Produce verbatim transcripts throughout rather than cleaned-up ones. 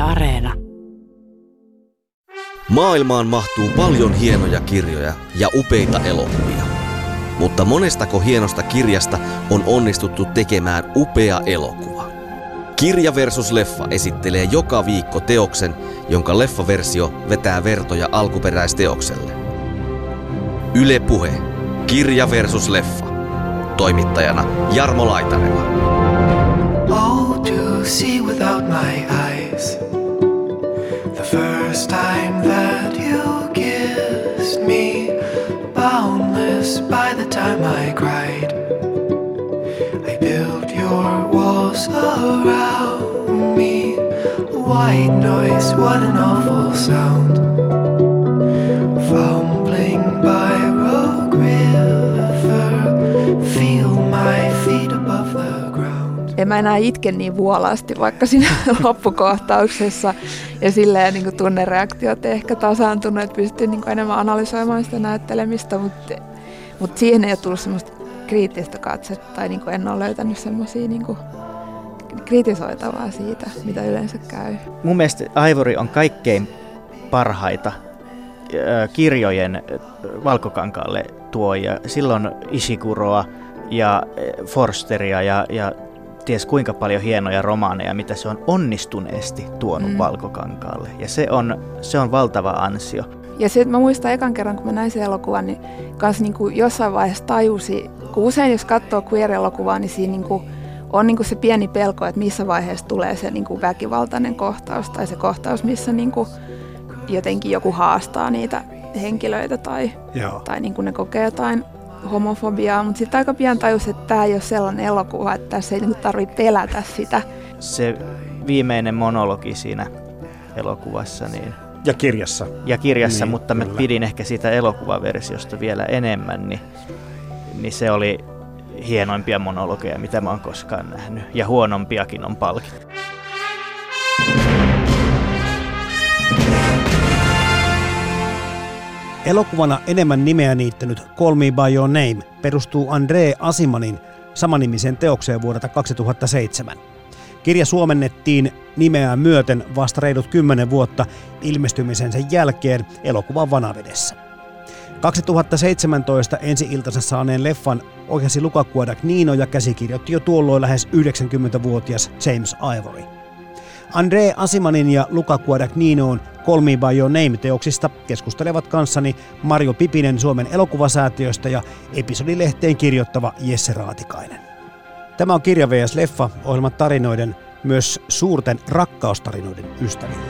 Areena. Maailmaan mahtuu paljon hienoja kirjoja ja upeita elokuvia. Mutta monestako hienosta kirjasta on onnistuttu tekemään upea elokuva? Kirja versus leffa esittelee joka viikko teoksen, jonka leffaversio vetää vertoja alkuperäisteokselle. Yle Puhe. Kirja versus leffa. Toimittajana Jarmo Laitaneva. All to see without my eyes. The first time that you kissed me, boundless by the time I cried. I built your walls around me. White noise, what an awful sound. Fumbling by Rogue River, feel my feet above the ground. En mä enää itke niin vuolaasti, vaikka siinä loppukohtauksessa ja silleen niin kuin tunnereaktiot ehkä tasaantunut, että pystyy niin kuin enemmän analysoimaan sitä näyttelemistä, mutta, mutta siihen ei ole tullut semmoista kriittistä katsetta tai niin kuin en ole löytänyt semmoisia niin kuin kritisoitavaa siitä, mitä yleensä käy. Mun mielestä Ivory on kaikkein parhaita kirjojen valkokankaalle tuoja. Silloin Ishiguroa ja Forsteria ja, ja ties kuinka paljon hienoja romaaneja, mitä se on onnistuneesti tuonut mm. valkokankaalle. Ja se on, se on valtava ansio. Ja sitten mä muistan ekan kerran, kun mä näin sen elokuvan, niin kans niinku jossain vaiheessa tajusi, kun usein jos katsoo queer-elokuvaa, niin siinä niinku on niinku se pieni pelko, että missä vaiheessa tulee se niinku väkivaltainen kohtaus tai se kohtaus, missä niinku jotenkin joku haastaa niitä henkilöitä tai, tai niinku ne kokee jotain homofobiaa, mutta sitten aika pian tajus, että tämä ei ole sellainen elokuva, että tässä ei niinku tarvitse pelätä sitä. Se viimeinen monologi siinä elokuvassa. Niin, ja kirjassa. Ja kirjassa, niin, mutta mä kyllä. pidin ehkä siitä elokuvaversiosta vielä enemmän, niin, niin se oli hienoimpia monologeja, mitä mä oon koskaan nähnyt. Ja huonompiakin on palkittu. Elokuvana enemmän nimeä niittänyt Call Me By Your Name perustuu André Azimanin samanimiseen teokseen vuodelta kaksituhattaseitsemän. Kirja suomennettiin nimeään myöten vasta reilut kymmenen vuotta ilmestymisensä jälkeen elokuvan Vanavedessä. kaksituhattaseitsemäntoista ensi-iltansa saaneen leffan ohjasi Luca Guadagnino ja käsikirjoitti jo tuolloin lähes yhdeksänkymmentävuotias James Ivory. André Azimanin ja Luca Guadagninon Call Me By Your Name-teoksista keskustelevat kanssani Marjo Pipinen Suomen elokuvasäätiöstä ja episodilehteen kirjoittava Jesse Raatikainen. Tämä on Kirja versus leffa, ohjelman tarinoiden, myös suurten rakkaustarinoiden ystäville.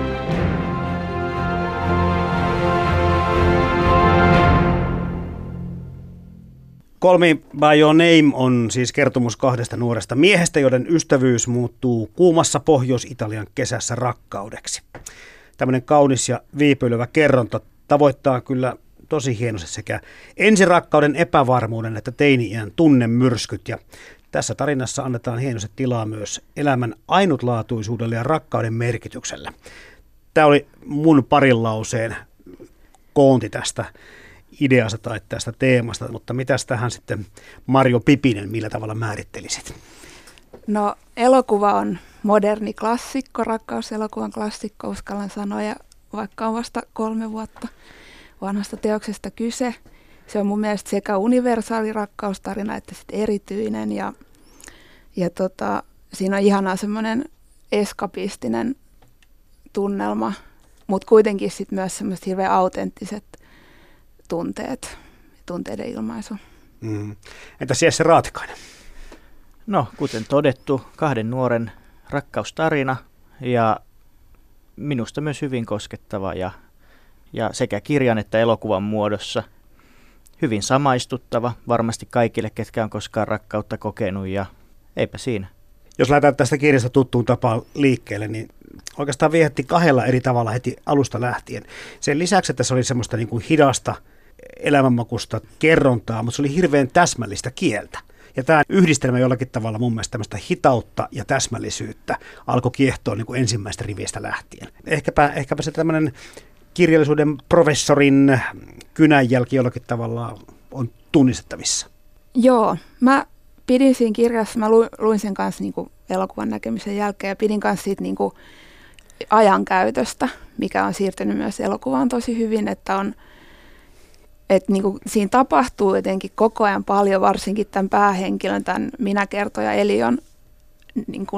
Call Me By Your Name on siis kertomus kahdesta nuoresta miehestä, joiden ystävyys muuttuu kuumassa Pohjois-Italian kesässä rakkaudeksi. Tämmöinen kaunis ja viipyilevä kerronta tavoittaa kyllä tosi hienosti sekä ensirakkauden epävarmuuden että teini-iän tunnemyrskyt. Ja tässä tarinassa annetaan hienosti tilaa myös elämän ainutlaatuisuudelle ja rakkauden merkitykselle. Tämä oli mun parin lauseen koonti tästä ideasta tai tästä teemasta, mutta mitäs tähän sitten Marjo Pipinen, millä tavalla määrittelisit? No elokuva on moderni klassikko, rakkauselokuvan klassikko, uskallan sanoa, ja vaikka on vasta kolme vuotta vanhasta teoksesta kyse. Se on mun mielestä sekä universaali rakkaustarina että sit erityinen ja, ja tota, siinä on ihanaa semmoinen eskapistinen tunnelma, mutta kuitenkin sit myös semmoiset hirveän autenttiset tunteet, tunteiden ilmaisu. Mm. Entäs Jesse Raatikainen? No, kuten todettu, kahden nuoren rakkaustarina ja minusta myös hyvin koskettava ja, ja sekä kirjan että elokuvan muodossa hyvin samaistuttava varmasti kaikille, ketkä on koskaan rakkautta kokenut ja eipä siinä. Jos lähdetään tästä kirjasta tuttuun tapaan liikkeelle, niin oikeastaan viehätti kahdella eri tavalla heti alusta lähtien. Sen lisäksi, että se oli semmoista niin kuin hidasta elämänmakusta kerrontaa, mutta se oli hirveän täsmällistä kieltä. Ja tämä yhdistelmä jollakin tavalla mun mielestä tämmöistä hitautta ja täsmällisyyttä alkoi kiehtoa niin kuin ensimmäistä rivistä lähtien. Ehkäpä, ehkäpä se tämmöinen kirjallisuuden professorin kynänjälki jollakin tavalla on tunnistettavissa. Joo, mä pidin siinä kirjassa, mä luin sen kanssa niin kuin elokuvan näkemisen jälkeen ja pidin kanssa siitä niin kuin ajankäytöstä, mikä on siirtynyt myös elokuvaan tosi hyvin, että on että niinku siinä tapahtuu jotenkin koko ajan paljon, varsinkin tämän päähenkilön, tämän minäkertoja Elion niinku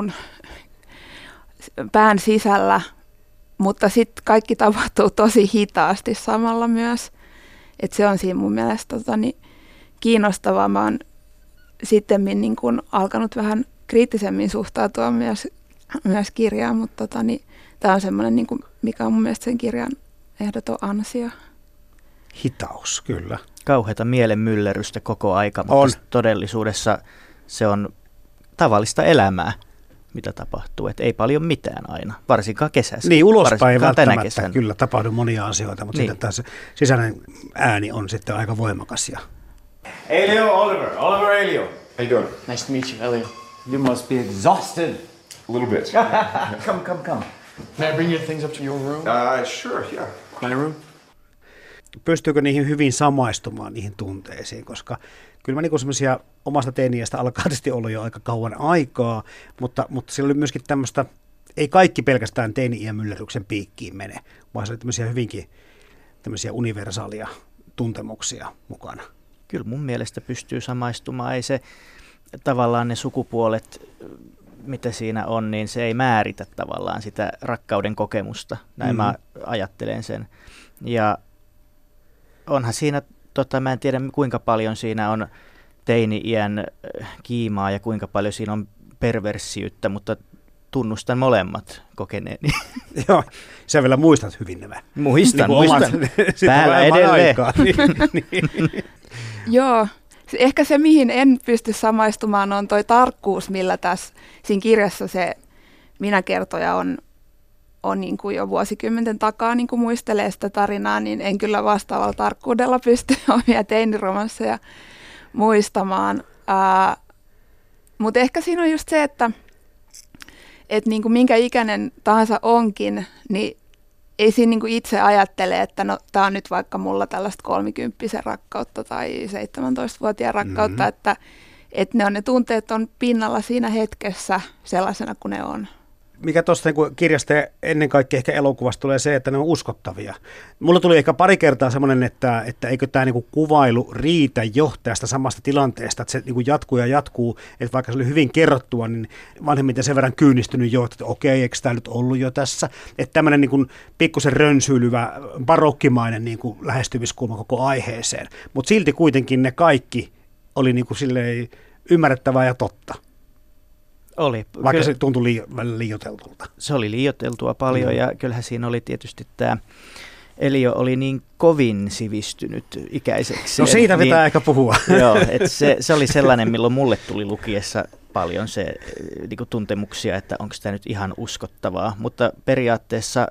pään sisällä, mutta sitten kaikki tapahtuu tosi hitaasti samalla myös. Et se on siinä mun mielestä tota, niin kiinnostavaa. Mä oon sittemmin niin kun alkanut vähän kriittisemmin suhtautua myös, myös kirjaan, mutta tota, niin, tämä on semmoinen, niin kun, mikä on mun mielestä sen kirjan ehdoton ansio. Hitaus, kyllä. Kauheata mielenmyllerrystä koko aika, mutta on. Todellisuudessa se on tavallista elämää, mitä tapahtuu. Et ei paljon mitään aina, varsinkaan kesässä. Niin, ulospäin ei välttämättä kesänä. Kyllä tapahdu monia asioita, mutta niin. Sitten taas sisäinen ääni on sitten aika voimakas. Ja... Elio, Oliver. Oliver, Elio. How you doing? Nice to meet you, Elio. You must be exhausted. A little bit. Come, come, come. May I bring your things up to your room? Uh, sure, yeah. My room? Pystyykö niihin hyvin samaistumaan niihin tunteisiin, koska kyllä mä niin semmoisia omasta teiniästä alkaa tietysti olla jo aika kauan aikaa, mutta, mutta siellä oli myöskin tämmöistä, ei kaikki pelkästään teini-iän myllerryksen piikkiin mene, vaan se oli tämmöisiä hyvinkin tämmöisiä universaalia tuntemuksia mukana. Kyllä mun mielestä pystyy samaistumaan, ei se tavallaan ne sukupuolet, mitä siinä on, niin se ei määritä tavallaan sitä rakkauden kokemusta, näin mm-hmm. mä ajattelen sen. Ja onhan siinä, tota, mä en tiedä kuinka paljon siinä on teini-iän kiimaa ja kuinka paljon siinä on perversiyttä, mutta tunnustan molemmat kokeneeni. Joo, sä vielä muistat hyvin nämä. Muistan, niin muistan. Päällä edelleen. niin, niin. Joo, ehkä se mihin en pysty samaistumaan on toi tarkkuus, millä tässä siinä kirjassa se minäkertoja on on niin kuin jo vuosikymmenten takaa niin kuin muistelee sitä tarinaa, niin en kyllä vastaavalla tarkkuudella pysty omia teiniromansseja muistamaan. Ää, mutta ehkä siinä on just se, että et niin kuin minkä ikäinen tahansa onkin, niin ei siinä niin kuin itse ajattele, että no tämä on nyt vaikka mulla tällaista kolmikymppisen rakkautta tai seitsemäntoistavuotiaan rakkautta, mm-hmm. että, että ne on ne tunteet on pinnalla siinä hetkessä sellaisena kuin ne on. Mikä tuosta niin kirjasta ja ennen kaikkea ehkä elokuvasta tulee se, että ne on uskottavia. Mulla tuli ehkä pari kertaa semmoinen, että, että eikö tämä niin kuvailu riitä johtajasta samasta tilanteesta, että se niin jatkuu ja jatkuu, että vaikka se oli hyvin kerrottua, niin vanhemmiten sen verran kyynistynyt jo, että okei, eikö tämä nyt ollut jo tässä. Että tämmöinen niin pikkusen rönsyilyvä, barokkimainen niin lähestymiskulma koko aiheeseen. Mutta silti kuitenkin ne kaikki oli niin kuin silleen ymmärrettävää ja totta. Oli. Vaikka Kyllä, se tuntui lii- liioiteltulta. Se oli liioiteltua paljon mm. ja kyllähän siinä oli tietysti tämä Elio oli niin kovin sivistynyt ikäiseksi. No siitä et, pitää niin, ehkä puhua. Joo, että se, se oli sellainen, milloin mulle tuli lukiessa paljon se niin kuin tuntemuksia, että onko tämä nyt ihan uskottavaa. Mutta periaatteessa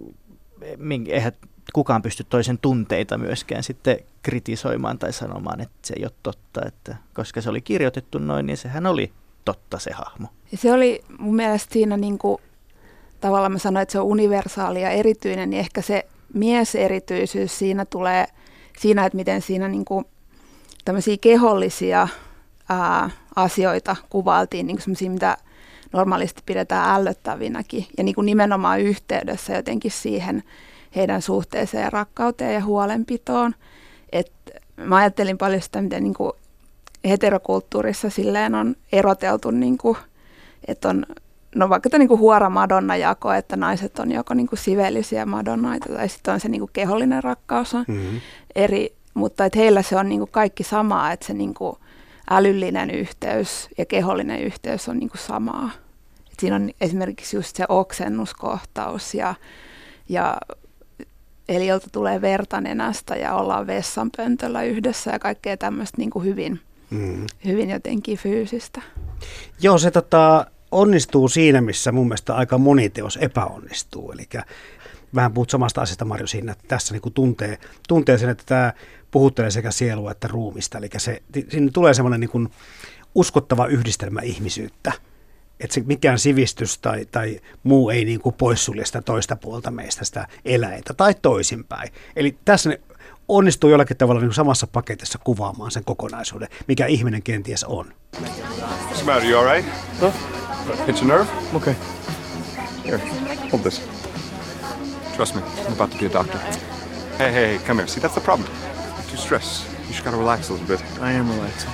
eihän kukaan pysty toisen tunteita myöskään sitten kritisoimaan tai sanomaan, että se ei ole totta. Että, koska se oli kirjoitettu noin, niin sehän oli totta se hahmo. Ja se oli mun mielestä siinä niin kuin, tavallaan mä sanoin, että se on universaali ja erityinen, niin ehkä se mieserityisyys siinä tulee siinä, että miten siinä niin kuin tämmöisiä kehollisia ää, asioita kuvailtiin, niin kuin semmoisia, mitä normaalisti pidetään ällöttävinäkin ja niin kuin nimenomaan yhteydessä jotenkin siihen heidän suhteeseen ja rakkauteen ja huolenpitoon. Et mä ajattelin paljon sitä, miten niin kuin heterokulttuurissa silleen on eroteltu, niin kuin, että on no vaikka tämä niin kuin huora madonna-jako, että naiset on joko niin kuin sivellisiä madonnaita tai sitten on se niin kuin kehollinen rakkaus on mm-hmm. eri, mutta että heillä se on niin kuin kaikki samaa, että se niin kuin älyllinen yhteys ja kehollinen yhteys on niin kuin samaa. Et siinä on esimerkiksi just se oksennuskohtaus ja, ja Eliolta tulee verta nenästä ja ollaan vessanpöntöllä yhdessä ja kaikkea tämmöistä niin kuin hyvin, mm. hyvin jotenkin fyysistä. Joo, se tota, onnistuu siinä, missä mun mielestä aika moni teos epäonnistuu. Eli vähän puhut samasta asiasta, Marjo, siinä, että tässä niin kuin tuntee, tuntee sen, että tämä puhuttelee sekä sielua että ruumista. Eli se, siinä tulee semmoinen niin kuin uskottava yhdistelmä ihmisyyttä. Että se mikään sivistys tai, tai muu ei niin kuin poissulje sitä toista puolta meistä, sitä eläintä tai toisinpäin. Eli tässä ne onnistuu jollakin tavalla niin kuin samassa paketissa kuvaamaan sen kokonaisuuden, mikä ihminen kenties on. What's the matter? You all right? No. Hit your nerve? Okay. Here, hold this. Trust me, I'm about to be a doctor. Hey, hey, hey, come here. See, that's the problem. You're too stressed. You just gotta relax a little bit. I am relaxing.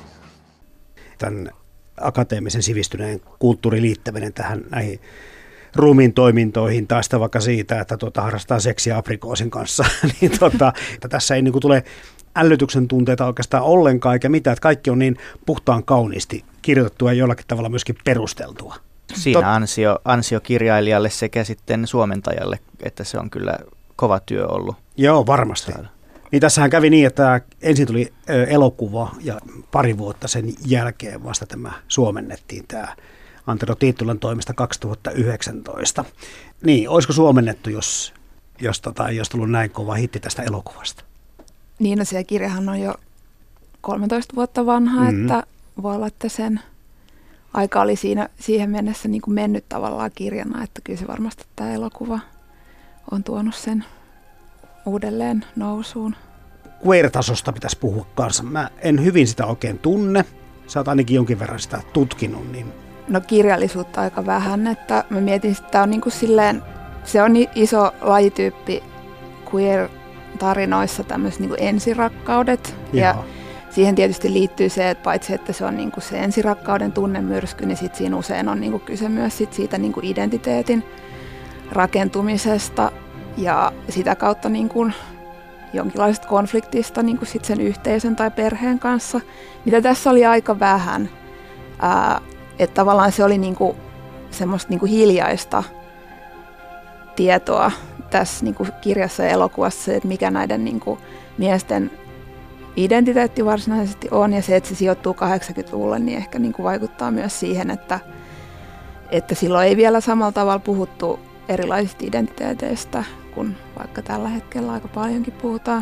Tämän akateemisen sivistyneen kulttuurin liittäminen tähän näihin ruumiin toimintoihin tai sitä vaikka siitä, että tuota, harrastaa seksiä aprikoosin kanssa, niin tuota, että tässä ei niin kuin tule ällötyksen tunteita oikeastaan ollenkaan eikä mitään, että kaikki on niin puhtaan kauniisti kirjoitettua ja jollakin tavalla myöskin perusteltua. Siinä ansio, ansio kirjailijalle sekä sitten suomentajalle, että se on kyllä kova työ ollut. Joo, varmasti. Saada. Niin tässähän kävi niin, että ensin tuli elokuva ja pari vuotta sen jälkeen vasta tämä suomennettiin tämä Antero Tiittulan toimesta kaksituhattayhdeksäntoista. Niin, olisiko suomennettu, jos, jos tota, ei olisi tullut näin kova hitti tästä elokuvasta? Niin, no se kirjahan on jo kolmetoista vuotta vanha, mm-hmm. että voi olla, että sen aika oli siinä, siihen mennessä niin kuin mennyt tavallaan kirjana, että kyllä se varmasti tämä elokuva on tuonut sen uudelleen nousuun. Queer-tasosta pitäisi puhua kanssa. Mä en hyvin sitä oikein tunne. Sä oot ainakin jonkin verran sitä tutkinut. Niin... No kirjallisuutta aika vähän, että mä mietin, että tämä on niin kuin silleen, se on iso lajityyppi queer-tarinoissa tämmöiset niin kuin ensirakkaudet. Ja, ja siihen tietysti liittyy se, että paitsi että se on niin kuin se ensirakkauden tunnemyrsky, niin sit siinä usein on niin kuin kyse myös sit siitä niin kuin identiteetin rakentumisesta ja sitä kautta niin kuin jonkinlaisesta konfliktista niin kuin sit sen yhteisön tai perheen kanssa, mitä tässä oli aika vähän. Ää, että tavallaan se oli niin kuin semmoista niin kuin hiljaista tietoa tässä niin kuin kirjassa ja elokuvassa, että mikä näiden niin kuin miesten identiteetti varsinaisesti on, ja se, että se sijoittuu kahdeksankymmentäluvulle, niin ehkä niin kuin vaikuttaa myös siihen, että, että silloin ei vielä samalla tavalla puhuttu erilaisista identiteeteistä, kun vaikka tällä hetkellä aika paljonkin puhutaan.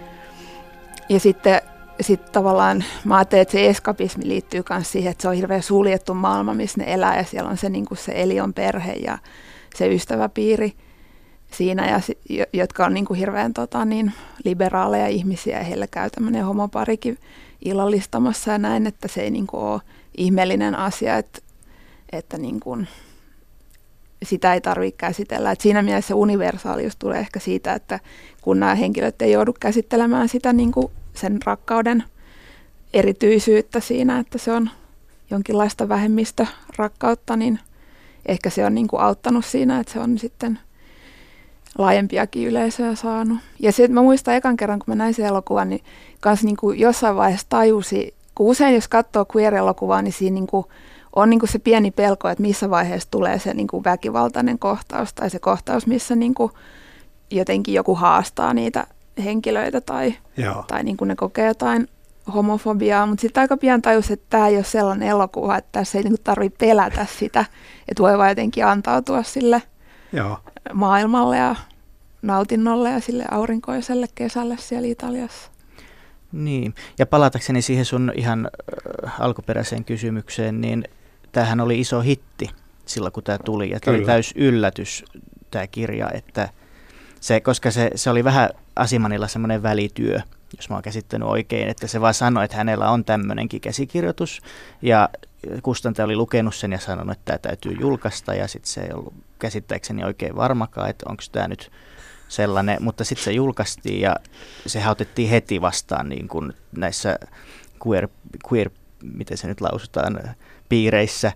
Ja sitten sit tavallaan mä ajattelen, että se eskapismi liittyy myös siihen, että se on hirveän suljettu maailma, missä ne elää, ja siellä on se, niin kuin se Elion perhe ja se ystäväpiiri siinä, ja, jotka on niin kuin hirveän tota, niin, liberaaleja ihmisiä, ja heillä käy tämmöinen homoparikin illallistamassa ja näin, että se ei niin kuin ole ihmeellinen asia, että, että niin kuin sitä ei tarvitse käsitellä. Et siinä mielessä se universaalius tulee ehkä siitä, että kun nämä henkilöt ei joudu käsittelemään sitä niin kuin sen rakkauden erityisyyttä siinä, että se on jonkinlaista vähemmistörakkautta, niin ehkä se on niin kuin auttanut siinä, että se on sitten laajempiakin yleisöä saanut. Ja se, että mä muistan ekan kerran, kun mä näin sen elokuvan, niin kans niin kuin jossain vaiheessa tajusi, kun usein jos katsoo queer-elokuvaa, niin siinä niin kuin on niin kuin se pieni pelko, että missä vaiheessa tulee se niin kuin väkivaltainen kohtaus tai se kohtaus, missä niin kuin jotenkin joku haastaa niitä henkilöitä tai, tai niin kuin ne kokee jotain homofobiaa, mutta sitten aika pian tajus, että tämä ei ole sellainen elokuva, että tässä ei niin kuin tarvitse pelätä sitä, että voi vaan jotenkin antautua sille Joo. maailmalle ja nautinnolle ja sille aurinkoiselle kesälle siellä Italiassa. Niin, ja palatakseni siihen sun ihan äh, alkuperäiseen kysymykseen, niin tämähän oli iso hitti silloin, kun tämä tuli. Ja tämä oli täys yllätys, tämä kirja, että se, koska se, se oli vähän Asimanilla semmoinen välityö, jos mä oon käsittänyt oikein, että se vaan sanoi, että hänellä on tämmöinenkin käsikirjoitus, ja kustantaja oli lukenut sen ja sanonut, että tämä täytyy julkaista, ja sitten se ei ollut käsittääkseni oikein varmakaan, että onko tämä nyt sellainen, mutta sitten se julkaistiin ja sehän otettiin heti vastaan niin kuin näissä queer, queer, miten se nyt lausutaan, piireissä.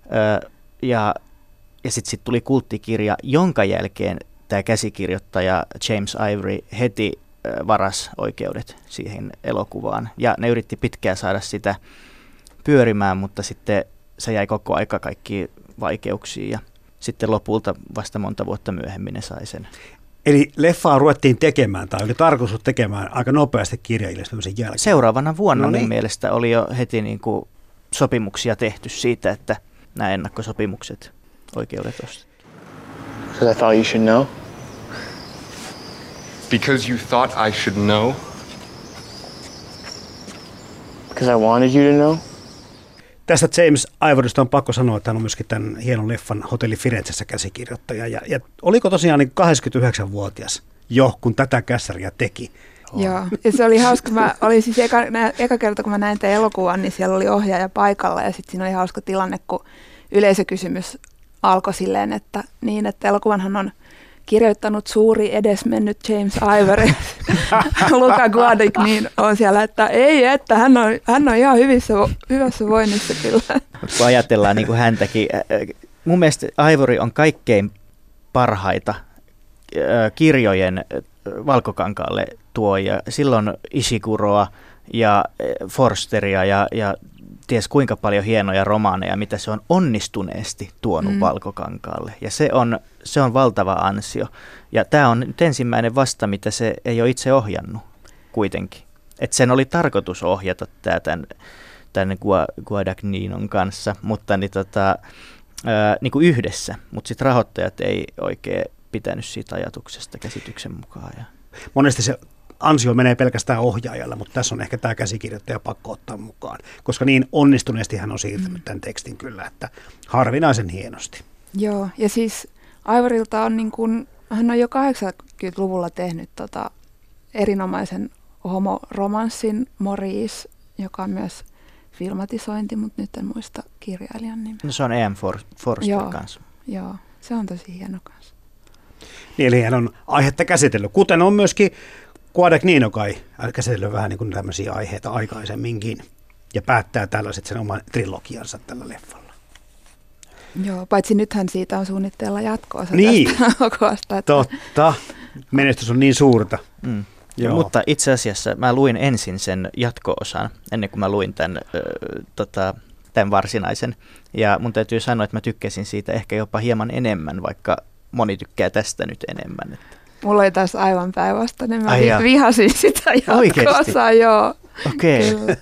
Ja, ja sitten sit tuli kulttikirja, jonka jälkeen tämä käsikirjoittaja James Ivory heti varasi oikeudet siihen elokuvaan. Ja ne yritti pitkään saada sitä pyörimään, mutta sitten se jäi koko aika kaikkiin vaikeuksiin ja sitten lopulta vasta monta vuotta myöhemmin ne sai sen. Eli leffaa ruvettiin tekemään, tai oli tarkoitus tekemään aika nopeasti kirjailijoista sen jälkeen. Seuraavana vuonna no niin. mun mielestä oli jo heti niin kuin sopimuksia tehty siitä, että nämä ennakkosopimukset, oikeudet ostettu. Because I thought you should know. Because you thought I should know? Because I wanted you to know. Tästä James Ivorysta on pakko sanoa, että hän on myöskin tämän hienon leffan Hotelli Firenzessä käsikirjoittaja. Ja, ja oliko tosiaan niin kahdeksankymmentäyhdeksänvuotias jo, kun tätä kässäriä teki? Oh. Joo, ja se oli hauska. Mä olin siis eka, nä, eka kerta, kun mä näin tämän elokuvan, niin siellä oli ohjaaja paikalla. Ja sitten siinä oli hauska tilanne, kun yleisökysymys alkoi silleen, että, niin, että elokuvanhan on kirjoittanut suuri edesmennyt James Ivory. Luka Guadagnino on siellä, että ei, että hän on, hän on ihan hyvissä, hyvässä voinnissa kyllä. Mut kun ajatellaan niin kuin häntäkin, mun mielestä Ivory on kaikkein parhaita kirjojen valkokankaalle tuoja. Silloin Ishiguroa ja Forsteria ja, ja ties kuinka paljon hienoja romaaneja, mitä se on onnistuneesti tuonut mm. valkokankaalle. Ja se on, se on valtava ansio. Ja tämä on nyt ensimmäinen vasta, mitä se ei ole itse ohjannut kuitenkin. Että sen oli tarkoitus ohjata tämä tämän, tämän Guadagninon kanssa, mutta niin tota, ää, niin kuin yhdessä. Mutta sitten rahoittajat ei oikein pitänyt siitä ajatuksesta käsityksen mukaan. Ja. Monesti se ansio menee pelkästään ohjaajalla, mutta tässä on ehkä tämä käsikirjoittaja pakko ottaa mukaan, koska niin onnistuneesti hän on siirtänyt tämän tekstin kyllä, että harvinaisen hienosti. Joo, ja siis Ivorylta on niin kuin, hän on jo kahdeksankymmentäluvulla tehnyt tota erinomaisen homoromanssin Maurice, joka on myös filmatisointi, mutta nyt en muista kirjailijan nimeä. No se on Ian For- Forster joo, kanssa. Joo, se on tosi hieno kanssa. Niin, eli hän on aihetta käsitellyt, kuten on myöskin Guadagnino kai käsitellyt vähän niin kuin tämmöisiä aiheita aikaisemminkin ja päättää tällaiset sen oman trilogiansa tällä leffalla. Joo, paitsi nythän siitä on suunnitteilla jatkoa. Niin, elokuvasta, että totta. Menestys on niin suurta. Mm. Joo. Mutta itse asiassa mä luin ensin sen jatko-osan, ennen kuin mä luin tämän, ö, tota, tämän varsinaisen. Ja mun täytyy sanoa, että mä tykkäsin siitä ehkä jopa hieman enemmän, vaikka moni tykkää tästä nyt enemmän. Että. Mulla oli tässä aivan päinvastainen. Mä Ai vihasin sitä jatko-osaa, joo. Okei. Okay.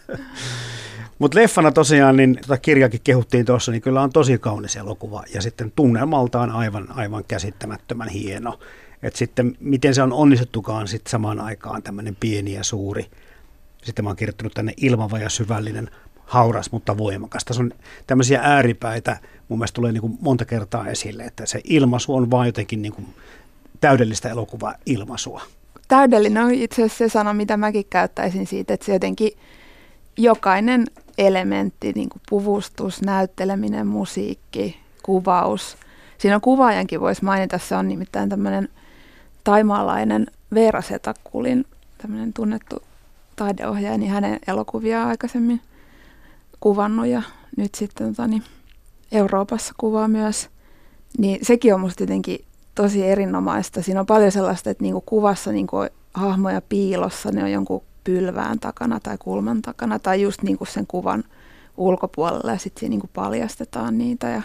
Mutta leffana tosiaan, niin tota kirjakin kehuttiin tuossa, niin kyllä on tosi kaunis elokuva. Ja sitten tunnelmaltaan aivan, aivan käsittämättömän hieno. Että sitten miten se on onnistuttukaan sitten samaan aikaan tämmöinen pieni ja suuri. Sitten mä oon kirjoittanut tänne ilmava ja syvällinen, hauras, mutta voimakas. Tässä on tämmöisiä ääripäitä, mun mielestä tulee niin kuin monta kertaa esille, että se ilmaisu on vaan jotenkin niin kuin täydellistä elokuva-ilmaisua. Täydellinen on itse asiassa se sana, mitä mäkin käyttäisin siitä, että se jotenkin jokainen elementti, niin kuin puvustus, näytteleminen, musiikki, kuvaus. Siinä on kuvaajankin voisi mainita, se on nimittäin tämmöinen taimaalainen Veera Setakulin, tämmöinen tunnettu taideohjaaja, niin hänen elokuvia aikaisemmin kuvannut ja nyt sitten tota, niin Euroopassa kuvaa myös. Niin sekin on musta jotenkin tosi erinomaista. Siinä on paljon sellaista, että niinku kuvassa niinku hahmoja piilossa, ne on jonkun pylvään takana tai kulman takana tai just niinku sen kuvan ulkopuolella ja sitten siinä niinku paljastetaan niitä ja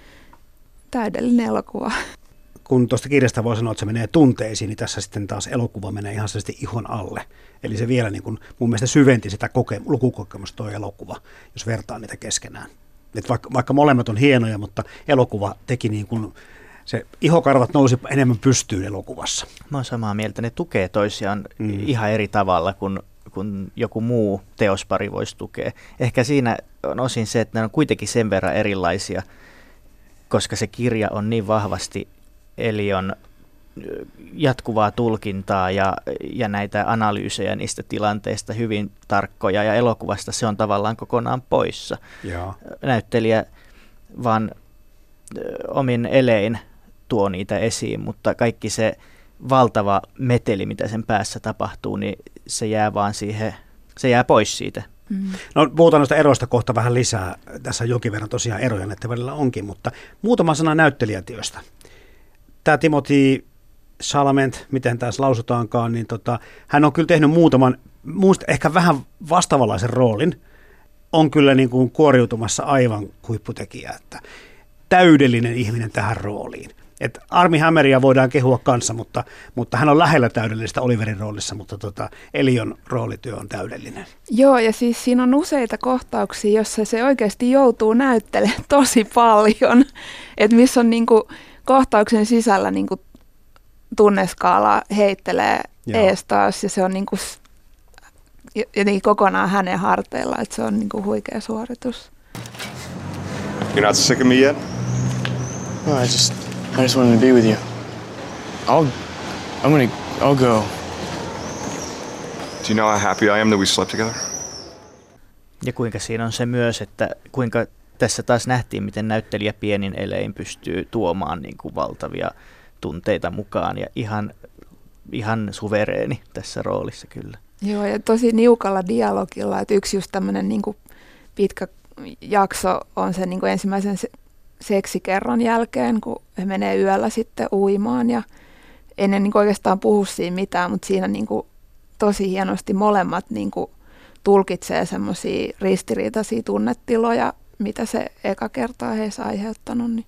täydellinen elokuva. Kun tuosta kirjasta voi sanoa, että se menee tunteisiin, niin tässä sitten taas elokuva menee ihan sellaisesti ihon alle. Eli se vielä niin kuin, mun mielestä syventi sitä koke- lukukokemusta tuo elokuva, jos vertaa niitä keskenään. Et vaikka, vaikka molemmat on hienoja, mutta elokuva teki niin kuin, se ihokarvat nousi enemmän pystyyn elokuvassa. Mä oon samaa mieltä, ne tukee toisiaan mm. ihan eri tavalla kuin, kuin joku muu teospari voisi tukea. Ehkä siinä on osin se, että ne on kuitenkin sen verran erilaisia, koska se kirja on niin vahvasti Elion jatkuvaa tulkintaa ja, ja näitä analyysejä niistä tilanteista hyvin tarkkoja, ja elokuvasta se on tavallaan kokonaan poissa. Joo. Näyttelijä vaan omin elein tuo niitä esiin, mutta kaikki se valtava meteli, mitä sen päässä tapahtuu, niin se jää vaan siihen, se jää pois siitä. Mm. No puhutaan noista eroista kohta vähän lisää. Tässä on jonkin verran tosiaan eroja näiden välillä onkin, mutta muutama sana näyttelijätyöstä. Tämä Timothy Chalamet, miten tässä lausutaankaan, niin tota, hän on kyllä tehnyt muutaman, muista ehkä vähän vastaavanlaisen roolin. On kyllä niin kuin kuoriutumassa aivan huipputekijä, että täydellinen ihminen tähän rooliin. Et Armie Hammeria voidaan kehua kanssa, mutta, mutta hän on lähellä täydellistä Oliverin roolissa, mutta tota, Elion roolityö on täydellinen. Joo, ja siis siinä on useita kohtauksia, jossa se oikeasti joutuu näyttelemään tosi paljon, että missä on niinku kohtauksen sisällä niinku tunneskaala heittelee ees taas, ja se on niinku jotenkin kokonaan hänen harteilla, että se on niinku huikea suoritus. You're not sick of me yet? No, I just, I just wanted to be with you. I'll, I'm gonna, I'll go. Do you know how happy I am that we slept together? Ja kuinka siinä on se myös, että kuinka tässä taas nähtiin, miten näyttelijä pienin elein pystyy tuomaan niin kuin valtavia tunteita mukaan ja ihan, ihan suvereeni tässä roolissa kyllä. Joo, ja tosi niukalla dialogilla, että yksi just tämmöinen niin kuin pitkä jakso on se niin kuin ensimmäisen se- seksikerran jälkeen, kun he menee yöllä sitten uimaan ja ennen niin kuin oikeastaan puhu siinä mitään, mutta siinä niin kuin tosi hienosti molemmat niin kuin tulkitsee semmoisia ristiriitaisia tunnetiloja, mitä se eka kertaa heissä aiheuttanut, niin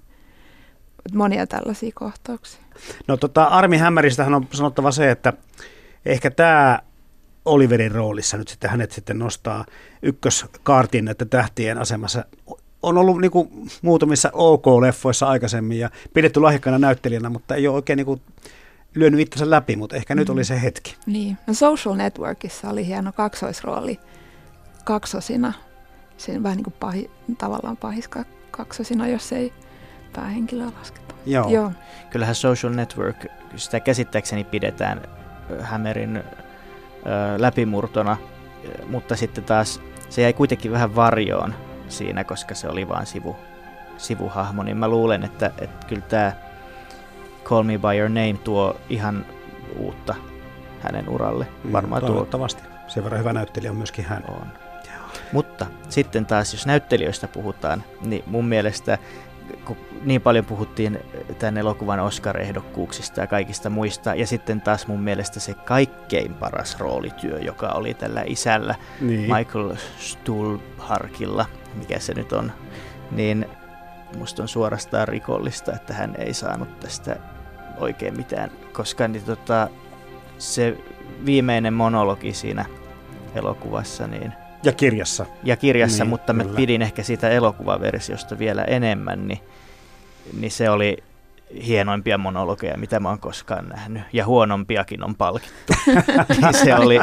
monia tällaisia kohtauksia. No tota, Armi Hämäristähän on sanottava se, että ehkä tämä Oliverin roolissa nyt sitten hänet sitten nostaa ykköskaartin näiden tähtien asemassa. On ollut niin kuin muutamissa OK-leffoissa aikaisemmin ja pidetty lahjakkana näyttelijänä, mutta ei ole oikein niin kuin lyönyt itsensä läpi, mutta ehkä mm. nyt oli se hetki. Niin. No Social Networkissa oli hieno kaksoisrooli kaksosina. Siinä vähän niin kuin pahi, tavallaan pahis kaksosina, jos ei päähenkilöä lasketa. Joo. Joo. Kyllähän Social Network, sitä käsittääkseni pidetään Hämerin ö, läpimurtona, mutta sitten taas se jäi kuitenkin vähän varjoon siinä, koska se oli vain sivu, sivuhahmo, niin mä luulen, että, että kyllä tämä Call Me By Your Name tuo ihan uutta hänen uralle. Varmaan mm, toivottavasti. Sen verran hyvä näyttelijä on myöskin hän. On. Mutta sitten taas, jos näyttelijöistä puhutaan, niin mun mielestä, kun niin paljon puhuttiin tämän elokuvan Oscar-ehdokkuuksista ja kaikista muista, ja sitten taas mun mielestä se kaikkein paras roolityö, joka oli tällä isällä, niin. Michael Stuhlbargilla, mikä se nyt on, niin musta on suorastaan rikollista, että hän ei saanut tästä oikein mitään, koska niin, tota, se viimeinen monologi siinä elokuvassa, niin Ja kirjassa. Ja kirjassa, niin, mutta mä kyllä. pidin ehkä siitä elokuvaversiosta vielä enemmän, niin, niin se oli hienoimpia monologeja, mitä mä oon koskaan nähnyt. Ja huonompiakin on palkittu. se oli...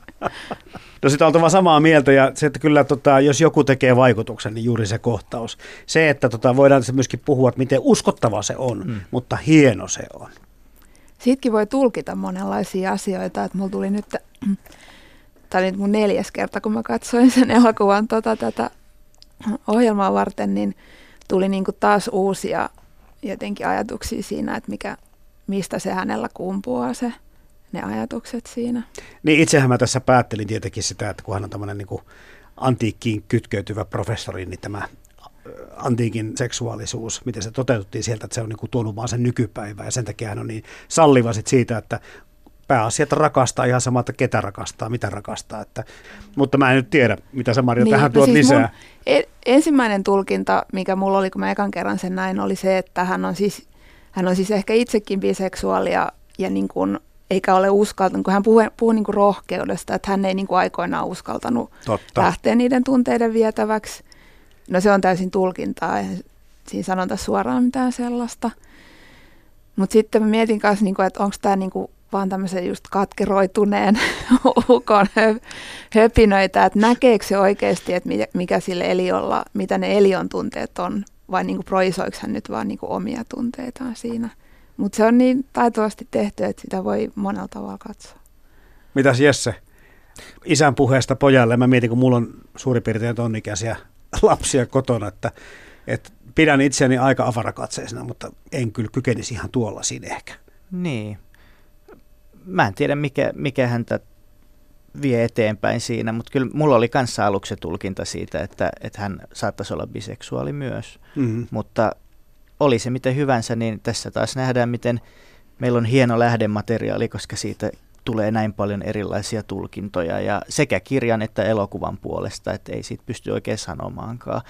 No sitä on oltava samaa mieltä, ja se, että kyllä tota, jos joku tekee vaikutuksen, niin juuri se kohtaus. Se, että tota, voidaan se myöskin puhua, että miten uskottava se on, mm. mutta hieno se on. Siitäkin voi tulkita monenlaisia asioita, että mulla tuli nyt... Tämä oli nyt mun neljäs kerta, kun mä katsoin sen elokuvan tota, tätä ohjelmaa varten, niin tuli niinku taas uusia jotenkin ajatuksia siinä, että mikä, mistä se hänellä kumpuaa se, ne ajatukset siinä. Niin itsehän mä tässä päättelin tietenkin sitä, että kun hän on tämmöinen niinku antiikkiin kytkeytyvä professori, niin tämä antiikin seksuaalisuus, miten se toteututtiin sieltä, että se on niinku tuonut vaan sen nykypäivää, ja sen takia hän on niin salliva sit siitä, että pääasiat rakastaa ihan sama, että ketä rakastaa, mitä rakastaa. Että, mutta mä en nyt tiedä, mitä sä Marja niin, tähän tuot no siis lisää. E- ensimmäinen tulkinta, mikä mulla oli, kun mä ekan kerran sen näin, oli se, että hän on siis, hän on siis ehkä itsekin biseksuaali ja, ja niin kuin, eikä ole uskaltanut, kun hän puhuu, puhuu niin kuin rohkeudesta, että hän ei niin kuin aikoinaan uskaltanut Totta. lähteä niiden tunteiden vietäväksi. No se on täysin tulkintaa, ei siinä sanota suoraan mitään sellaista. Mutta sitten mä mietin kanssa, niin kuin, että onko tämä niin kuin vaan tämmöisen just katkeroituneen ukon höpinöitä, että näkeekö se oikeasti, että mikä sille Eliolla, mitä ne Elion tunteet on, vai niin kuin projisoiko hän nyt vaan niin kuin omia tunteitaan siinä. Mutta se on niin taitavasti tehty, että sitä voi monella tavalla katsoa. Mitäs Jesse? Isän puheesta pojalle, mä mietin, kun mulla on suurin piirtein ton ikäisiä lapsia kotona, että, että pidän itseäni aika avarakatseisena, mutta en kyllä kykenisi ihan tuollaisiin ehkä. Niin. Mä en tiedä, mikä, mikä häntä vie eteenpäin siinä, mutta kyllä mulla oli kanssa aluksi tulkinta siitä, että, että hän saattaisi olla biseksuaali myös. Mm-hmm. Mutta oli se miten hyvänsä, niin tässä taas nähdään, miten meillä on hieno lähdemateriaali, koska siitä tulee näin paljon erilaisia tulkintoja ja sekä kirjan että elokuvan puolesta, että ei siitä pysty oikein sanomaankaan.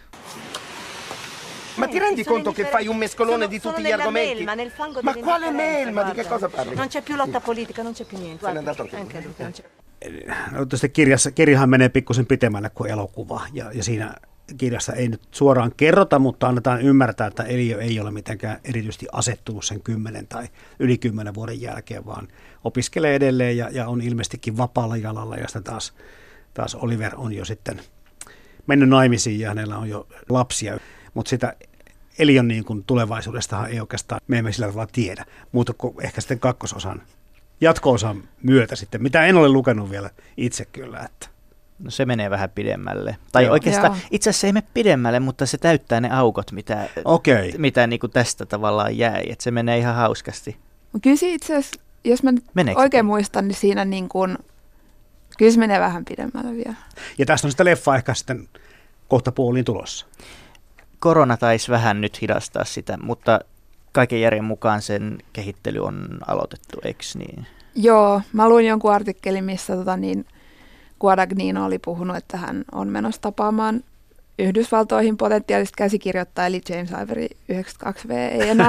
Ma ti rendi conto che fai un mescolone di tutti gli argomenti? Ma quale melma? Di che cosa parli? Non c'è più lotta politica, non c'è più niente. Se n'è andato anche no, tästä kirjassa, kirjahan menee pikkusen pitemmälle kuin elokuva, ja, ja siinä kirjassa ei nyt suoraan kerrota, mutta annetaan ymmärtää, että Elio ei ole mitenkään erityisesti asettunut sen kymmenen tai yli kymmenen vuoden jälkeen, vaan opiskelee edelleen ja, ja on ilmeisestikin vapaalla jalalla, ja sitten taas, taas Oliver on jo sitten mennyt naimisiin ja hänellä on jo lapsia. Mutta sitä Elion niin kuin tulevaisuudestahan ei oikeastaan, me emme sillä tavalla tiedä, muuta kuin ehkä sitten kakkososan, jatko-osan myötä sitten, mitä en ole lukenut vielä itse kyllä. Että. No se menee vähän pidemmälle. Tai Joo. oikeastaan Joo. itse asiassa ei mene pidemmälle, mutta se täyttää ne aukot, mitä, Okei. mitä niin kuin tästä tavallaan jäi. Et se menee ihan hauskasti. Mut kyllä se itse asiassa, jos mä nyt Meneekö oikein se? muistan, niin siinä niin kuin, kyllä se menee vähän pidemmälle vielä. Ja tästä on sitä leffa ehkä sitten kohta puoliin tulossa. Korona taisi vähän nyt hidastaa sitä, mutta kaiken järjen mukaan sen kehittely on aloitettu, eikö niin? Joo, mä luin jonkun artikkelin, missä tota, niin, Guadagnino oli puhunut, että hän on menossa tapaamaan Yhdysvaltoihin potentiaalista käsikirjoittaa, eli James Ivory yhdeksänkymmentäkaksi V ei enää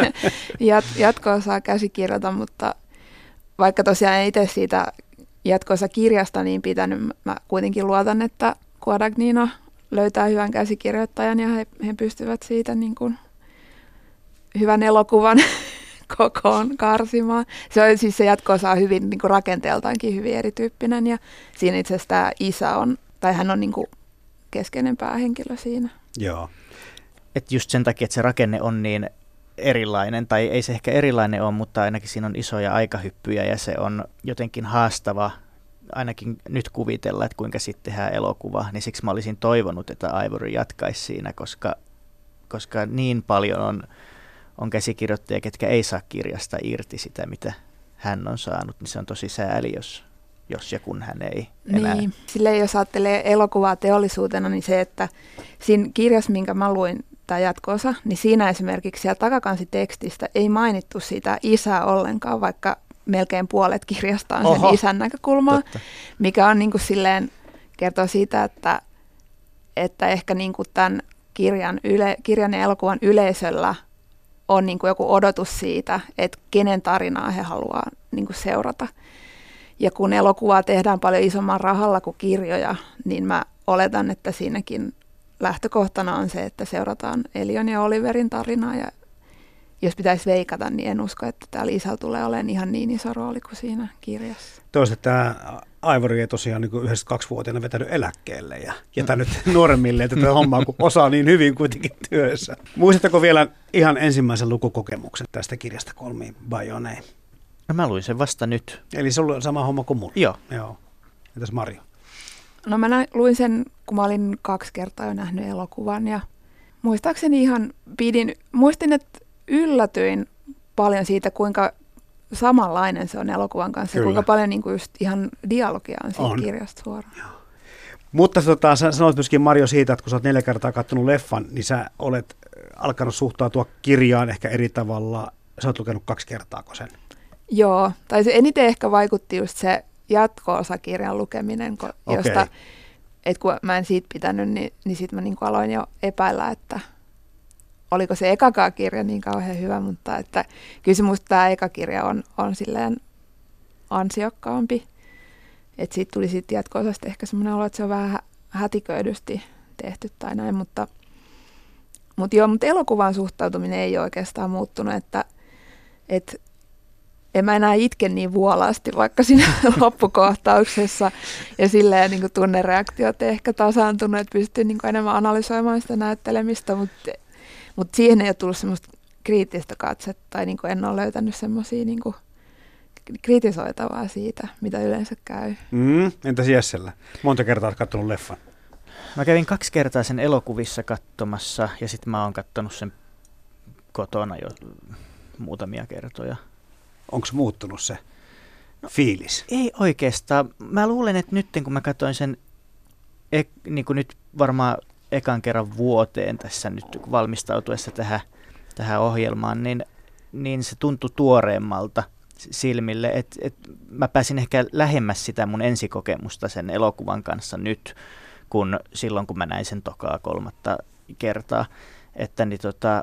jat- jatko-osaa käsikirjoita, mutta vaikka tosiaan en itse siitä jatko-osa kirjasta niin pitänyt, mä kuitenkin luotan, että Guadagnino löytää hyvän käsikirjoittajan ja he, he pystyvät siitä niin kuin hyvän elokuvan kokoon karsimaan. Se on siis se jatko-osa on hyvin niin kuin rakenteeltaankin hyvin erityyppinen ja siinä itse asiassa tämä isä on, tai hän on niin kuin keskeinen päähenkilö siinä. Joo. Että just sen takia, että se rakenne on niin erilainen, tai ei se ehkä erilainen ole, mutta ainakin siinä on isoja aikahyppyjä ja se on jotenkin haastava ainakin nyt kuvitella, että kuinka sitten tehdään elokuva, niin siksi mä olisin toivonut, että Ivory jatkaisi siinä, koska, koska niin paljon on, on käsikirjoittajia, ketkä ei saa kirjasta irti sitä, mitä hän on saanut, niin se on tosi sääli, jos, jos ja kun hän ei enää. Niin, silleen jos ajattelee elokuvaa teollisuutena, niin se, että siinä kirjassa, minkä mä luin, tämä jatko-osa, niin siinä esimerkiksi siellä takakanssitekstistä ei mainittu sitä isää ollenkaan, vaikka melkein puolet kirjasta on Oho, sen isän näkökulmaa, totta. mikä on niin kuin silleen, kertoo siitä, että, että ehkä niin kuin tämän kirjan, yle, kirjan ja elokuvan yleisöllä on niin kuin joku odotus siitä, että kenen tarinaa he haluaa niin kuin seurata. Ja kun elokuvaa tehdään paljon isomman rahalla kuin kirjoja, niin mä oletan, että siinäkin lähtökohtana on se, että seurataan Elion ja Oliverin tarinaa. Ja jos pitäisi veikata, niin en usko, että täällä isällä tulee olemaan ihan niin iso rooli kuin siinä kirjassa. Toisaalta tämä Ivory ei tosiaan niin yhdeksänkymmentäkaksivuotiaana vetänyt eläkkeelle ja jätänyt nuoremmille tätä hommaa, kun osaa niin hyvin kuitenkin työssä. Muistatteko vielä ihan ensimmäisen lukukokemuksen tästä kirjasta Kolmi Bajoneen? No mä luin sen vasta nyt. Eli se on sama homma kuin mulla? Joo. Joo. Entäs Marjo? No mä nä- luin sen, kun mä olin kaksi kertaa jo nähnyt elokuvan ja muistaakseni ihan pidin, muistin, että yllätyin paljon siitä, kuinka samanlainen se on elokuvan kanssa Kyllä. ja kuinka paljon niin kuin just ihan dialogia on siitä On. kirjasta suoraan. Mutta tota, sä sanoit myöskin Marjo siitä, että kun sä oot neljä kertaa katsonut leffan, niin sä olet alkanut suhtautua kirjaan ehkä eri tavalla. Sä oot lukenut kaksi kertaa sen? Joo, tai se eniten ehkä vaikutti just se jatko-osakirjan lukeminen, ko- Okei. josta, että kun mä en siitä pitänyt, niin, niin sitten mä niin kuin aloin jo epäillä, että oliko se ekakaan kirja niin kauhean hyvä, mutta että kyllä se musta tämä eka kirja on, on silleen ansiokkaampi. Että siitä tuli sitten jatko-osasta ehkä semmoinen olo, että se on vähän hätiköidysti tehty tai näin, mutta, mutta joo, mutta elokuvan suhtautuminen ei ole oikeastaan muuttunut, että, että en mä enää itke niin vuolaasti vaikka siinä loppukohtauksessa ja silleen niin kuin tunnereaktiot ehkä tasaantunut, että pystyy niin kuin enemmän analysoimaan sitä näyttelemistä, mutta, mutta siihen ei ole tullut semmoista kriittistä katsetta tai niin kuin en ole löytänyt semmoisia niin kuin kritisoitavaa siitä, mitä yleensä käy. Mm, entäs Jessellä? Monta kertaa olet katsonut leffan? Mä kävin kaksi kertaa sen elokuvissa katsomassa ja sitten mä oon katsonut sen kotona jo muutamia kertoja. Onko muuttunut se fiilis? Ei oikeastaan. Mä luulen, että nyt kun mä katsoin sen ek, niin kuin nyt varmaan ekan kerran vuoteen tässä nyt valmistautuessa tähän, tähän ohjelmaan, niin, niin se tuntui tuoreemmalta silmille. Et, et mä pääsin ehkä lähemmäs sitä mun ensikokemusta sen elokuvan kanssa nyt, kun silloin kun mä näin sen tokaa kolmatta kertaa. Että niin tota,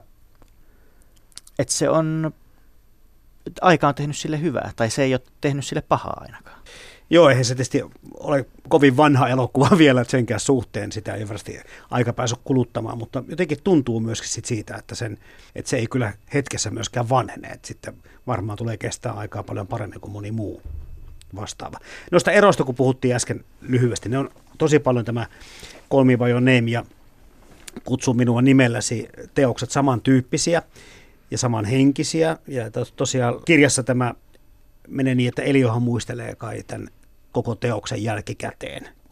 et se on... aika on tehnyt sille hyvää, tai se ei ole tehnyt sille pahaa ainakaan. Joo, eihän se tietysti ole kovin vanha elokuva vielä senkään suhteen, sitä ei varmasti aika päässyt kuluttamaan, mutta jotenkin tuntuu myöskin sit siitä, että, sen, että se ei kyllä hetkessä myöskään vanhene, että sitten varmaan tulee kestää aikaa paljon paremmin kuin moni muu vastaava. Noista eroista, kun puhuttiin äsken lyhyesti, ne on tosi paljon tämä Call Me by Your Name ja Kutsu minua nimelläsi teokset samantyyppisiä ja samanhenkisiä. Ja tos, tosiaan kirjassa tämä menee niin, että Eliohan muistelee kai tämän koko teoksen jälkikäteen,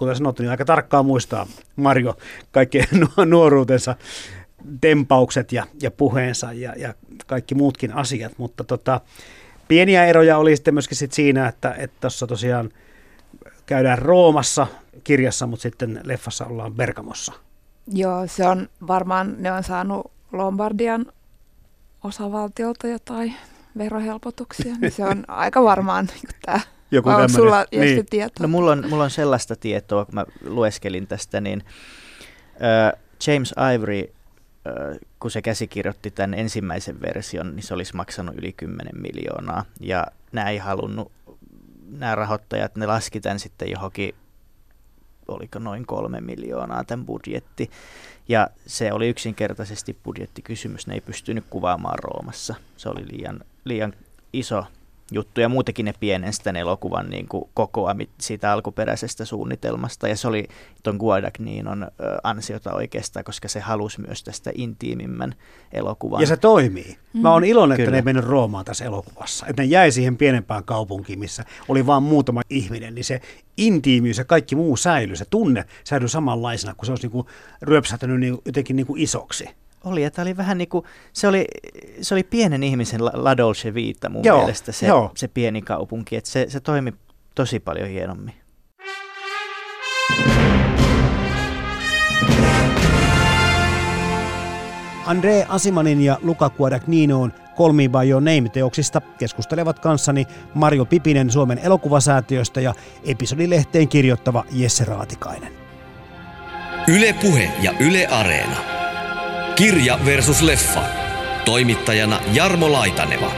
kuten sanottu, niin aika tarkkaan muistaa Mario kaikkien nuoruutensa tempaukset ja, ja puheensa ja, ja kaikki muutkin asiat, mutta tota, pieniä eroja oli sitten myöskin sit siinä, että tuossa tosiaan käydään Roomassa kirjassa, mutta sitten leffassa ollaan Bergamossa. Joo, se on varmaan, ne on saanut Lombardian osavaltiolta jotain verohelpotuksia, niin se on aika varmaan tämä. Joku onko tämmöinen. sulla Niin. tietoa? No mulla on, mulla on sellaista tietoa, kun mä lueskelin tästä, niin äh, James Ivory, äh, kun se käsikirjoitti tämän ensimmäisen version, niin se olisi maksanut yli kymmenen miljoonaa. Ja nämä ei halunnut, nämä rahoittajat, ne laski tämän sitten johonkin, oliko noin kolme miljoonaa tämän budjetti. Ja se oli yksinkertaisesti budjettikysymys, ne ei pystynyt kuvaamaan Roomassa. Se oli liian, liian iso juttu ja muutenkin ne pienensi tämän elokuvan niin kuin kokoa siitä alkuperäisestä suunnitelmasta ja se oli ton Guadagninon ansiota oikeastaan, koska se halusi myös tästä intiimimmän elokuvan. Ja se toimii. Mä oon iloinen, Kyllä. että ne ei mennyt Roomaan tässä elokuvassa. Että ne jäi siihen pienempään kaupunkiin, missä oli vaan muutama ihminen, niin se intiimiys ja kaikki muu säilyi, se tunne säilyi samanlaisena, kun se olisi niinku ryöpsähtänyt niinku, jotenkin niinku isoksi. Oli, että oli vähän niin kuin, se oli, se oli pienen ihmisen La, La Dolce Vita mun Joo, mielestä se, joo. se pieni kaupunki, että se, se toimi tosi paljon hienommin. André Asimanin ja Luca Guadagninoon Call Me By Your Name-teoksista keskustelevat kanssani Marjo Pipinen Suomen elokuvasäätiöstä ja episodilehteen kirjoittava Jesse Raatikainen. Yle Puhe ja Yle Areena. Kirja versus leffa. Toimittajana Jarmo Laitaneva.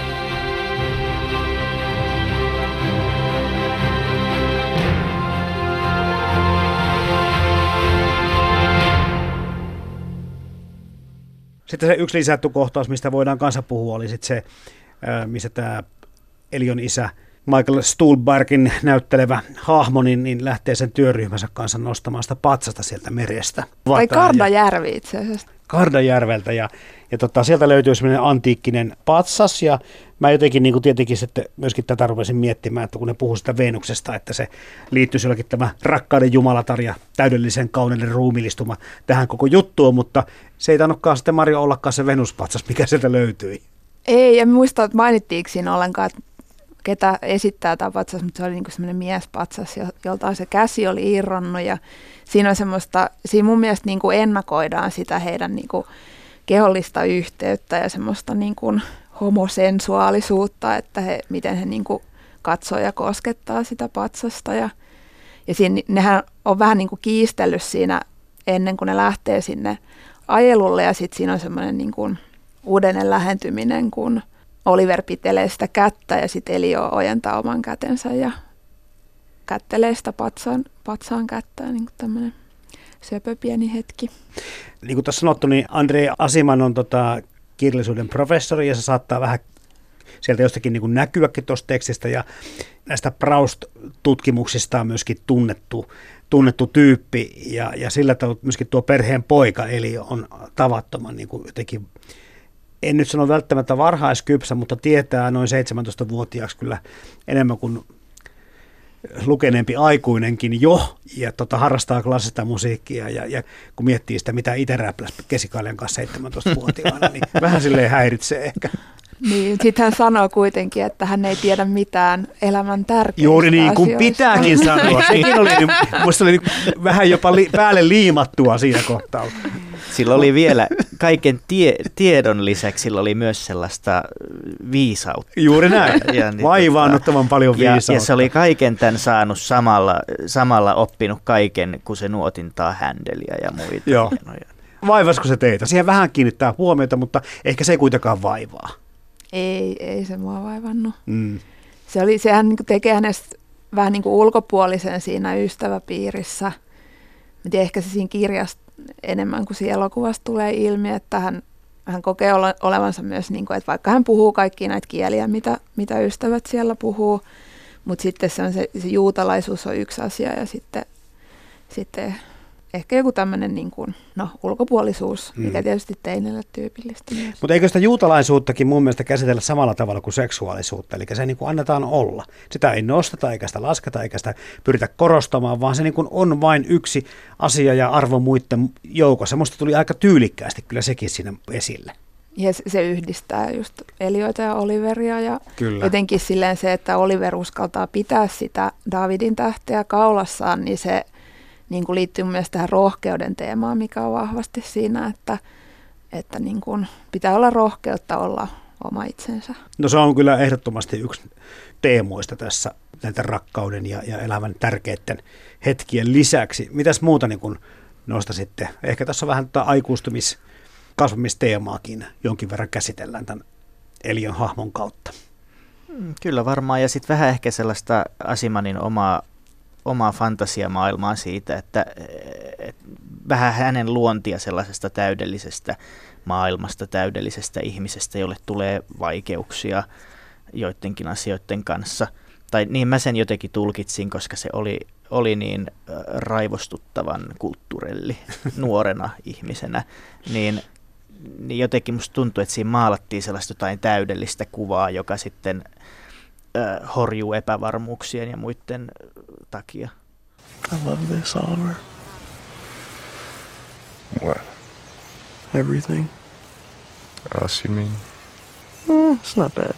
Sitten se yksi lisätty kohtaus, mistä voidaan kanssa puhua, oli sitten se, missä tämä Elion isä Michael Stuhlbargin näyttelevä hahmo niin, niin lähtee sen työryhmänsä kanssa nostamaan sitä patsasta sieltä merestä. Tai Kardajärvi itse asiassa. Kardajärveltä ja, ja tota, sieltä löytyy semmoinen antiikkinen patsas ja mä jotenkin niin kuin tietenkin sitten myöskin tätä rupesin miettimään, että kun ne puhuu sitä Venuksesta, että se liittyisi jollakin tämä rakkauden jumalatar ja täydellisen kauneuden ruumillistuma tähän koko juttuun, mutta se ei tainnutkaan sitten Marjo ollakaan se Venuspatsas, mikä sieltä löytyi. Ei, en muista, että mainittiinko siinä ollenkaan, että ketä esittää tämä patsas, mutta se oli niinku semmoinen miespatsas, jolta se käsi oli irronnut ja siinä on semmoista, siinä mun mielestä niinku ennakoidaan sitä heidän niinku kehollista yhteyttä ja semmoista niinku homosensuaalisuutta, että he, miten he niinku katsoo ja koskettaa sitä patsasta ja, ja siinä, nehän on vähän niinku kiistellyt siinä ennen kuin ne lähtee sinne ajelulle ja sitten siinä on semmoinen niinku uudelleen lähentyminen, kun Oliver pitelee sitä kättä ja sitten Elio ojentaa oman kätensä ja kättelee sitä patsaan, patsaan kättä, niin kuin tämmöinen söpö pieni hetki. Niin kuin tuossa sanottu, niin André Asiman on tota, kirjallisuuden professori ja se saattaa vähän sieltä jostakin niin kuin näkyäkin tuosta tekstistä ja näistä Proust-tutkimuksista on myöskin tunnettu, tunnettu tyyppi ja, ja sillä tavalla myöskin tuo perheen poika Elio on tavattoman niin kuin jotenkin, en nyt sano välttämättä varhaiskypsä, mutta tietää noin seitsemäntoistavuotiaaksi kyllä enemmän kuin lukeneempi aikuinenkin jo, ja tota, harrastaa klassista musiikkia, ja, ja kun miettii sitä, mitä itse räpläsi Kesikaljan kanssa seitsemäntoistavuotiaana, niin vähän silleen häiritsee ehkä. Niin, sitten hän sanoo kuitenkin, että hän ei tiedä mitään elämän tärkeistä Juuri niin kuin asioista. pitääkin sanoa. Sekin oli, musta oli vähän jopa li, päälle liimattua siinä kohtaa. Sillä oli vielä kaiken tie, tiedon lisäksi, sillä oli myös sellaista viisautta. Juuri näin, ja, niin, vaivaannuttavan paljon ja, viisautta. ja se oli kaiken tämän saanut samalla, samalla oppinut kaiken, kun se nuotintaa händeliä ja muita. Joo. Hienoja. Vaivasko se teitä? Siihen vähän kiinnittää huomiota, mutta ehkä se ei kuitenkaan vaivaa. Ei, ei se mua vaivannut. Mm. Se oli, sehän niin kuin tekee hänestä vähän niin kuin ulkopuolisen siinä ystäväpiirissä. Mä tiedän, ehkä se siinä kirjassa enemmän kuin siinä elokuvassa tulee ilmi, että hän, hän kokee ole, olevansa myös, niin kuin, että vaikka hän puhuu kaikkia näitä kieliä, mitä, mitä ystävät siellä puhuu, mutta sitten se, on se, se juutalaisuus on yksi asia ja sitten, sitten ehkä joku tämmöinen niin kuin, no, ulkopuolisuus, mikä mm. tietysti teinille tyypillistä myös. Mutta eikö sitä juutalaisuuttakin mun mielestä käsitellä samalla tavalla kuin seksuaalisuutta, eli se niin kuin annetaan olla. Sitä ei nosteta, eikä sitä lasketa, eikä sitä pyritä korostamaan, vaan se niin kuin on vain yksi asia ja arvo muiden joukossa. Musta tuli aika tyylikkäästi kyllä sekin siinä esille. Ja se yhdistää just Elioita ja Oliveria ja Kyllä. jotenkin silleen se, että Oliver uskaltaa pitää sitä Davidin tähteä kaulassaan, niin se niin kuin liittyy mun mielestä tähän rohkeuden teemaan, mikä on vahvasti siinä, että, että niin kuin pitää olla rohkeutta olla oma itsensä. No se on kyllä ehdottomasti yksi teemoista tässä näitä rakkauden ja, ja elämän tärkeiden hetkien lisäksi. Mitäs muuta niin kuin noista sitten? Ehkä tässä on vähän tätä aikuistumis- kasvamisteemaakin jonkin verran käsitellään tämän Elion hahmon kautta. Kyllä varmaan, ja sitten vähän ehkä sellaista Asimanin omaa, omaa fantasiamaailmaa siitä, että et, vähän hänen luontia sellaisesta täydellisestä maailmasta, täydellisestä ihmisestä, jolle tulee vaikeuksia joidenkin asioiden kanssa. Tai niin mä sen jotenkin tulkitsin, koska se oli, oli niin raivostuttavan kulttuurelli nuorena ihmisenä, niin niin jotenkin musta tuntuu, että siinä maalattiin sellaista jotain täydellistä kuvaa, joka sitten äh, horjuu epävarmuuksien ja muiden takia. I love this, Oliver. What? Everything. Us, you mean? Mm, it's not bad.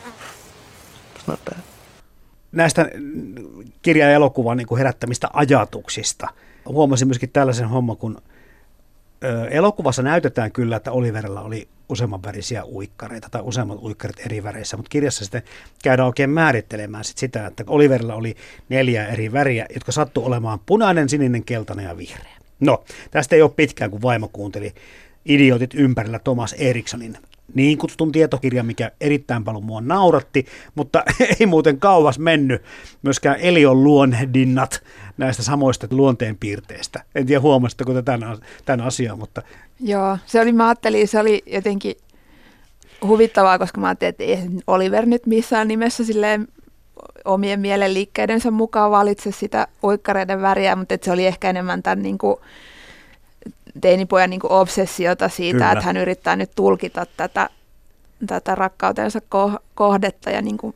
It's not bad. Näistä kirjan ja elokuvan niin kuin herättämistä ajatuksista huomasin myöskin tällaisen homman, kun elokuvassa näytetään kyllä, että Oliverilla oli useamman värisiä uikkareita tai useammat uikkarit eri väreissä, mutta kirjassa sitten käydään oikein määrittelemään sit sitä, että Oliverilla oli neljä eri väriä, jotka sattui olemaan punainen, sininen, keltainen ja vihreä. No, tästä ei ole pitkään, kun vaimo kuunteli Idiotit ympärillä Thomas Erikssonin niin kutsutun tietokirjan, mikä erittäin paljon mua nauratti, mutta ei muuten kauas mennyt myöskään Elion luonnehdinnat näistä samoista luonteenpiirteistä. En tiedä, huomasitteko te tämän, tämän asian, mutta... Joo, se oli, mä ajattelin, se oli jotenkin huvittavaa, koska mä ajattelin, että ei Oliver nyt missään nimessä silleen omien mielenliikkeidensä mukaan valitse sitä oikkareiden väriä, mutta että se oli ehkä enemmän tämän niin kuin teinipojan niin kuin obsessiota siitä, Kyllä. että hän yrittää nyt tulkita tätä, tätä rakkautensa kohdetta ja niin kuin,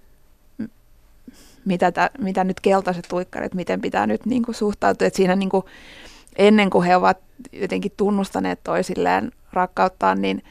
mitä, tä, mitä nyt keltaiset uikkarit, miten pitää nyt niin kuin suhtautua. Että siinä niin kuin, ennen kuin he ovat jotenkin tunnustaneet toisilleen rakkauttaan, niin,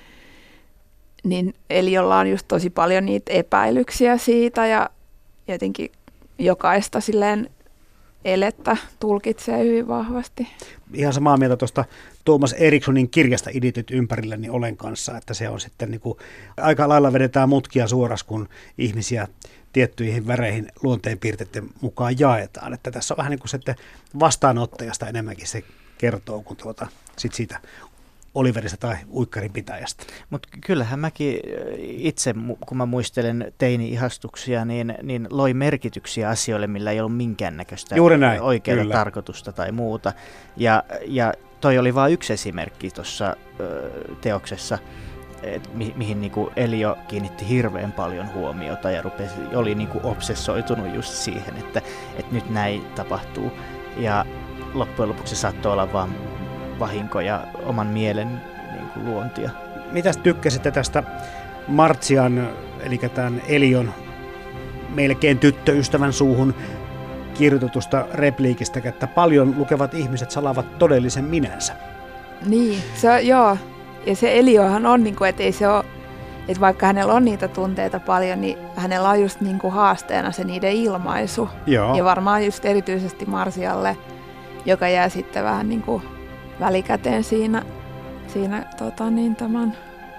niin Eliolla on just tosi paljon niitä epäilyksiä siitä ja jotenkin jokaista silleen elettä tulkitsee hyvin vahvasti. Ihan samaa mieltä tuosta Thomas Erikssonin kirjasta Idiotit ympärillä niin olen kanssa, että se on sitten niin kuin, aika lailla vedetään mutkia suoras, kun ihmisiä tiettyihin väreihin luonteenpiirteiden mukaan jaetaan. Että tässä on vähän niin kuin sitten vastaanottajasta enemmänkin se kertoo kuin tuota, sit siitä Oliverista tai uikkarin pitäjästä. Mutta kyllähän mäkin itse, kun mä muistelen teini-ihastuksia, niin, niin loi merkityksiä asioille, millä ei ollut minkäännäköistä oikeaa tarkoitusta tai muuta. Ja, ja toi oli vain yksi esimerkki tuossa teoksessa, et mi, mihin niinku Elio kiinnitti hirveän paljon huomiota ja rupesi, oli niinku obsessoitunut just siihen, että, että nyt näin tapahtuu. Ja loppujen lopuksi saattoi olla vaan vahinko ja oman mielen niin kuin luontia. Mitäs tykkäsitte tästä Martsian, eli tämän Elion melkein tyttöystävän suuhun kirjoitetusta repliikistä, että paljon lukevat ihmiset salaavat todellisen minänsä? Niin, se on, joo. Ja se Eliohan on, niin kuin, että ei se ole, että vaikka hänellä on niitä tunteita paljon, niin hänellä on just niin kuin haasteena se niiden ilmaisu. Joo. Ja varmaan just erityisesti Marsialle, joka jää sitten vähän niin kuin välikäteen siinä, siinä tota niin, tämän,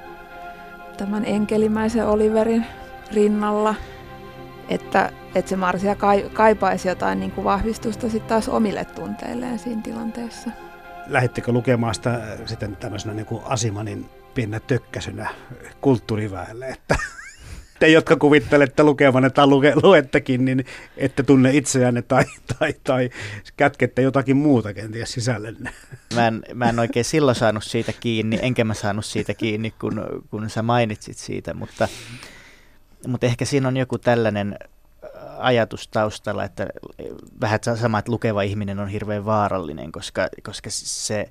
tämän enkelimäisen Oliverin rinnalla, että, että se Marsia kaipaisi jotain niin kuin vahvistusta sitten taas omille tunteilleen siinä tilanteessa. Lähdittekö lukemaan sitä sitten tämmöisenä niin kuin Asimanin piennä tökkäsynä kulttuuriväelle, että te, jotka kuvittelette lukevanne tai luke, luettekin, niin ette tunne itseänne tai, tai, tai kätkette jotakin muuta kenties sisällenne. Mä en, mä en oikein silloin saanut siitä kiinni, enkä mä saanut siitä kiinni, kun, kun sä mainitsit siitä, mutta, mutta ehkä siinä on joku tällainen ajatus taustalla, että vähän sama, että lukeva ihminen on hirveän vaarallinen, koska, koska, se,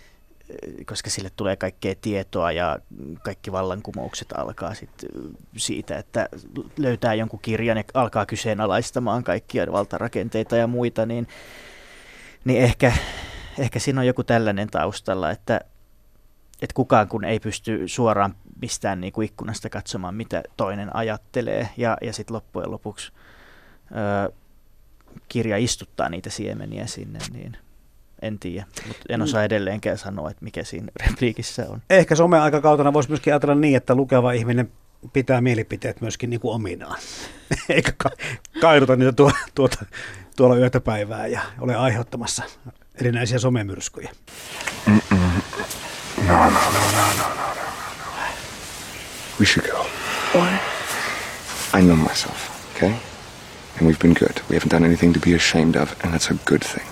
koska sille tulee kaikkea tietoa ja kaikki vallankumoukset alkaa sit siitä, että löytää jonkun kirjan ja alkaa kyseenalaistamaan kaikkia valtarakenteita ja muita, niin, niin ehkä, ehkä siinä on joku tällainen taustalla, että että kukaan kun ei pysty suoraan mistään niin kuin ikkunasta katsomaan, mitä toinen ajattelee, ja, ja sitten loppujen lopuksi ö, kirja istuttaa niitä siemeniä sinne, niin en tiedä. Mutta en osaa edelleenkään sanoa, että mikä siinä repliikissä on. Ehkä some-aikakautena voisi myöskin ajatella niin, että lukeva ihminen pitää mielipiteet myöskin niin kuin ominaan, eikä ka- kaiduta niitä tuo, tuota, tuolla yötä päivää ja ole aiheuttamassa erinäisiä somemyrskyjä. Mm-mm. No, no, no, no, no, no, no, no. We should go. Why? I know myself, okay? And we've been good. We haven't done anything to be ashamed of, and that's a good thing.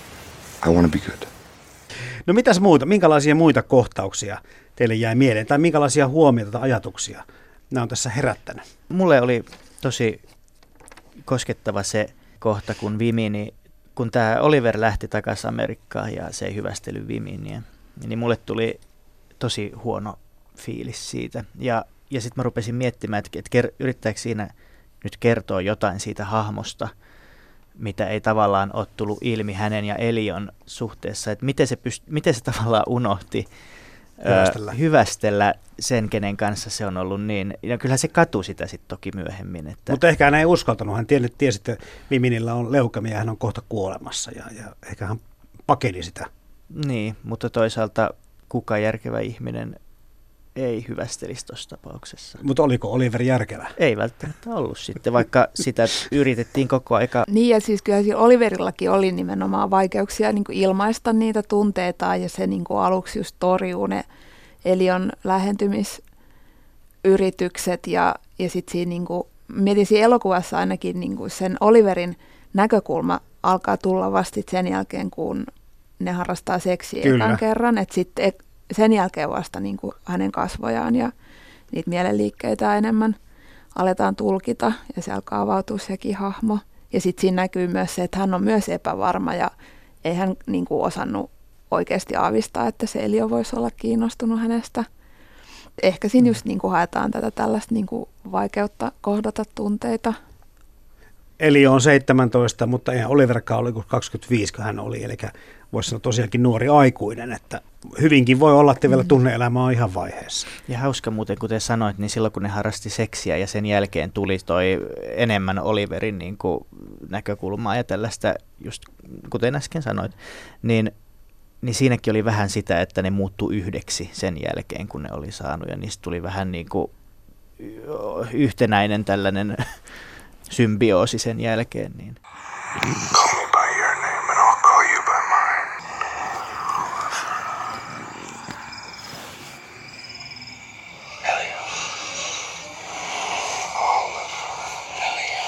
I want to be good. No mitäs muuta? Minkälaisia muita kohtauksia teille jäi mieleen? Tai minkälaisia huomioita tai ajatuksia nämä on tässä herättänyt? Mulle oli tosi koskettava se kohta, kun Vimini, kun tämä Oliver lähti takaisin Amerikkaan ja se ei hyvästely Viminiä. Niin mulle tuli tosi huono fiilis siitä. Ja, ja sitten mä rupesin miettimään, että, että ker- yrittääkö siinä nyt kertoa jotain siitä hahmosta, mitä ei tavallaan ole tullut ilmi hänen ja Elion suhteessa. Että miten se, pyst- miten se tavallaan unohti hyvästellä. Ö, hyvästellä sen, kenen kanssa se on ollut niin. Ja kyllähän se katui sitä sitten toki myöhemmin. Että mutta ehkä hän ei uskaltanut. Hän tiesi, tiesi että Viminillä on leukemia ja hän on kohta kuolemassa. Ja, ja ehkä hän pakeni sitä. Niin, mutta toisaalta kuka järkevä ihminen ei hyvästelisi tuossa tapauksessa. Mutta oliko Oliver järkevä? Ei välttämättä ollut sitten, vaikka sitä yritettiin koko aika. Niin ja siis kyllä siinä Oliverillakin oli nimenomaan vaikeuksia niin kuin ilmaista niitä tunteita ja se niin kuin aluksi just torjuu ne Elion lähentymisyritykset ja, ja sitten siinä niin kuin, mietin siinä elokuvassa ainakin niin kuin sen Oliverin näkökulma alkaa tulla vasta sen jälkeen, kun ne harrastaa seksiä ekan kerran, että sitten sen jälkeen vasta niin kuin hänen kasvojaan ja niitä mielenliikkeitä enemmän aletaan tulkita ja se alkaa avautua sekin hahmo. Ja sitten siinä näkyy myös se, että hän on myös epävarma ja ei hän niin kuin osannut oikeasti aavistaa, että se Elio voisi olla kiinnostunut hänestä. Ehkä siinä just niin kuin haetaan tätä tällaista niin kuin vaikeutta kohdata tunteita. Elio on seitsemäntoista, mutta eihän Oliverkaan oli kuin kaksikymmentäviisi, kun hän oli, eli voisi sanoa tosiaankin nuori aikuinen, että hyvinkin voi olla, että vielä tunne-elämä on ihan vaiheessa. Ja hauska muuten, kuten sanoit, niin silloin kun ne harrasti seksiä ja sen jälkeen tuli toi enemmän Oliverin niin kuin näkökulmaa ja tällaista, just kuten äsken sanoit, niin, niin siinäkin oli vähän sitä, että ne muuttui yhdeksi sen jälkeen, kun ne oli saanut ja niistä tuli vähän niin kuin yhtenäinen tällainen symbioosi sen jälkeen. Niin. Call me by your name and I'll call you by mine. Elio. Olive. Elio.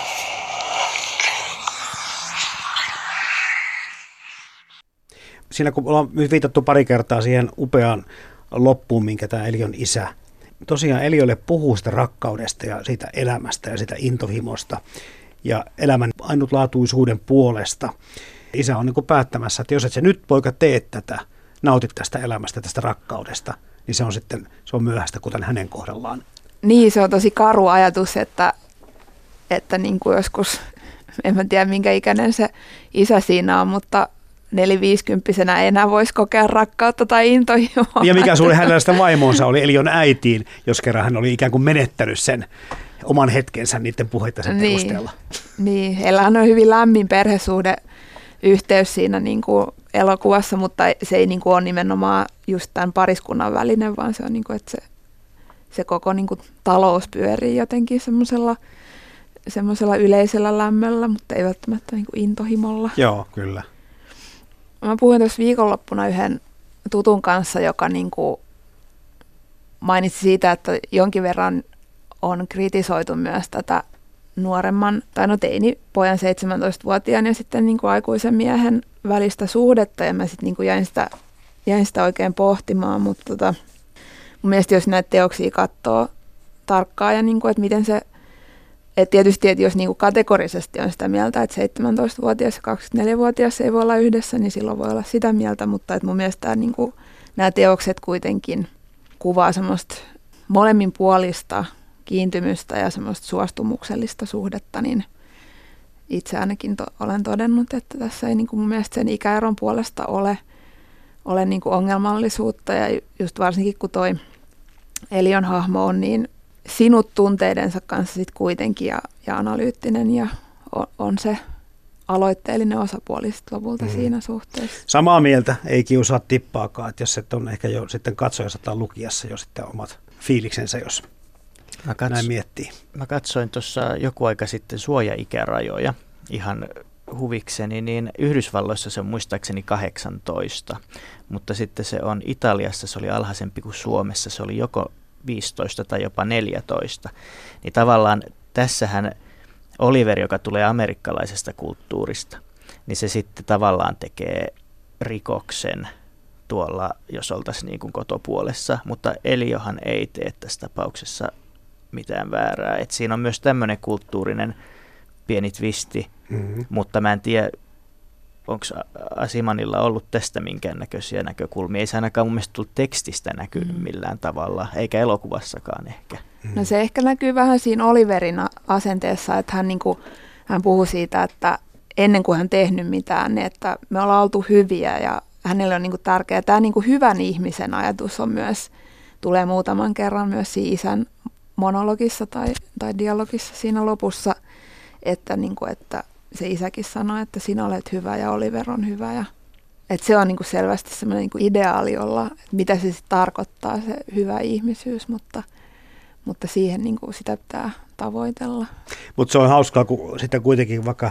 Siinä kun ollaan viitattu pari kertaa siihen upeaan loppuun, minkä tämä Elion isä tosiaan Eliolle puhuu sitä rakkaudesta ja siitä elämästä ja sitä intohimosta ja elämän ainutlaatuisuuden puolesta. Isä on niin kuin päättämässä, että jos et sä nyt poika teet tätä, nautit tästä elämästä, tästä rakkaudesta, niin se on sitten se on myöhäistä, kuten hänen kohdallaan. Niin, se on tosi karu ajatus, että, että niin kuin joskus, en mä tiedä minkä ikäinen se isä siinä on, mutta neliviisikymppisenä ei enää voisi kokea rakkautta tai intohimoa. Ja mikä suuri hänellä sitä vaimonsa oli Elion äitiin, jos kerran hän oli ikään kuin menettänyt sen oman hetkensä niiden puheiden sen niin, perusteella. Niin, heillähän on hyvin lämmin perhesuhde yhteys siinä niin kuin elokuvassa, mutta se ei niin kuin ole nimenomaan just tämän pariskunnan välinen, vaan se on niin kuin, että se, se koko niin kuin talous pyörii jotenkin semmoisella semmoisella yleisellä lämmöllä, mutta ei välttämättä niin kuin intohimolla. Joo, kyllä. Mä puhuin tuossa viikonloppuna yhden tutun kanssa, joka niin kuin mainitsi siitä, että jonkin verran on kritisoitu myös tätä nuoremman, tai no teinipojan seitsemäntoistavuotiaan ja sitten niin kuin aikuisen miehen välistä suhdetta, ja mä sitten niin kuin jäin, sitä, jäin sitä oikein pohtimaan, mutta tota, mun mielestä jos näitä teoksia katsoo tarkkaan ja niin kuin, että miten se et tietysti, että jos niinku kategorisesti on sitä mieltä, että seitsemäntoistavuotias ja kaksikymmentäneljävuotias ei voi olla yhdessä, niin silloin voi olla sitä mieltä, mutta että mun mielestä niinku, nämä teokset kuitenkin kuvaa semmoista molemminpuolista kiintymystä ja semmoista suostumuksellista suhdetta, niin itse ainakin to, olen todennut, että tässä ei niinku mun mielestä sen ikäeron puolesta ole, ole niinku ongelmallisuutta, ja just varsinkin kun toi Elion hahmo on niin sinut tunteidensa kanssa sit kuitenkin ja, ja analyyttinen ja on, on se aloitteellinen osapuoli sit lopulta mm. siinä suhteessa. Samaa mieltä, ei kiusaa tippaakaan, että jos et on ehkä jo sitten katsojassa tai lukijassa jo sitten omat fiiliksensä, jos mä katso, näin miettii. Mä katsoin tuossa joku aika sitten suoja-ikärajoja ihan huvikseni, niin Yhdysvalloissa se on muistaakseni kahdeksantoista, mutta sitten se on Italiassa, se oli alhaisempi kuin Suomessa, se oli joko viisitoista tai jopa neljätoista. Niin tavallaan tässähän Oliver, joka tulee amerikkalaisesta kulttuurista, niin se sitten tavallaan tekee rikoksen tuolla, jos oltaisiin niin kuin kotopuolessa, mutta Eliohan ei tee tässä tapauksessa mitään väärää. Et siinä on myös tämmöinen kulttuurinen pieni twisti, mm-hmm. mutta mä en tiedä, onko Asimanilla ollut tästä minkäännäköisiä näkökulmia. Ei se ainakaan mun mielestä tullut tekstistä näkynyt mm. millään tavalla, eikä elokuvassakaan ehkä. No se ehkä näkyy vähän siinä Oliverin asenteessa, että hän, niinku, hän puhui siitä, että ennen kuin hän tehnyt mitään, niin että me ollaan oltu hyviä ja hänelle on niinku tärkeää. Tämä niinku hyvän ihmisen ajatus on myös, tulee muutaman kerran myös siinä isän monologissa tai, tai dialogissa siinä lopussa, että, niinku, että se isäkin sanoi, että sinä olet hyvä ja Oliver on hyvä. Ja, että se on niinku selvästi semmoinen niinku ideaali olla, että mitä se sitten tarkoittaa, se hyvä ihmisyys, mutta, mutta siihen niinku sitä pitää tavoitella. Mutta se on hauskaa, kun sitä kuitenkin vaikka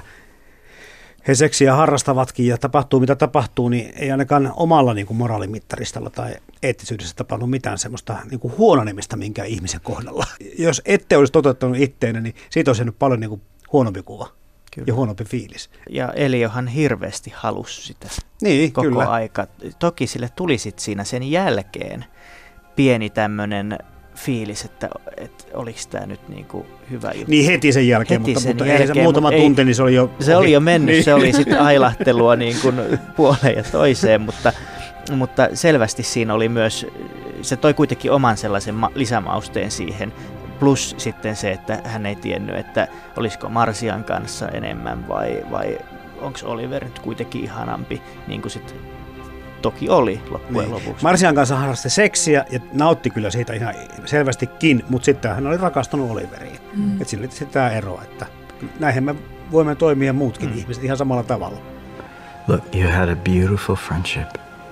he seksiä harrastavatkin ja tapahtuu mitä tapahtuu, niin ei ainakaan omalla niinku moraalimittaristalla tai eettisyydessä tapahdu mitään semmoista niinku huononemista minkään ihmisen kohdalla. Jos ette olisi toteuttanut itteenne, niin siitä olisi jäänyt paljon niinku huonompi kuva. Kyllä. Ja huonompi fiilis. Ja Eliohan hirveästi halusi sitä niin, koko kyllä. aika. Toki sille tuli sit siinä sen jälkeen pieni tämmöinen fiilis, että, että oliko tämä nyt niinku hyvä juttu. Niin heti sen jälkeen, heti mutta, sen mutta jälkeen, ei se muutama mutta tunti, ei, niin se oli jo Se ohi. oli jo mennyt, niin. se oli sitten ailahtelua niin kuin puoleen ja toiseen, mutta, mutta selvästi siinä oli myös, se toi kuitenkin oman sellaisen ma- lisämausteen siihen. Plus sitten se, että hän ei tiennyt, että olisiko Marsian kanssa enemmän vai, vai onko Oliver nyt kuitenkin ihanampi, niin kuin sitten toki oli loppujen niin. lopuksi. Marsian kanssa harrasti seksiä ja nautti kyllä siitä ihan selvästikin, mutta sitten hän oli rakastunut Oliveriin. Mm. Että sillä oli tämä ero, että näinhän me voimme toimia muutkin mm. ihmiset ihan samalla tavalla. Look, you had a beautiful friendship.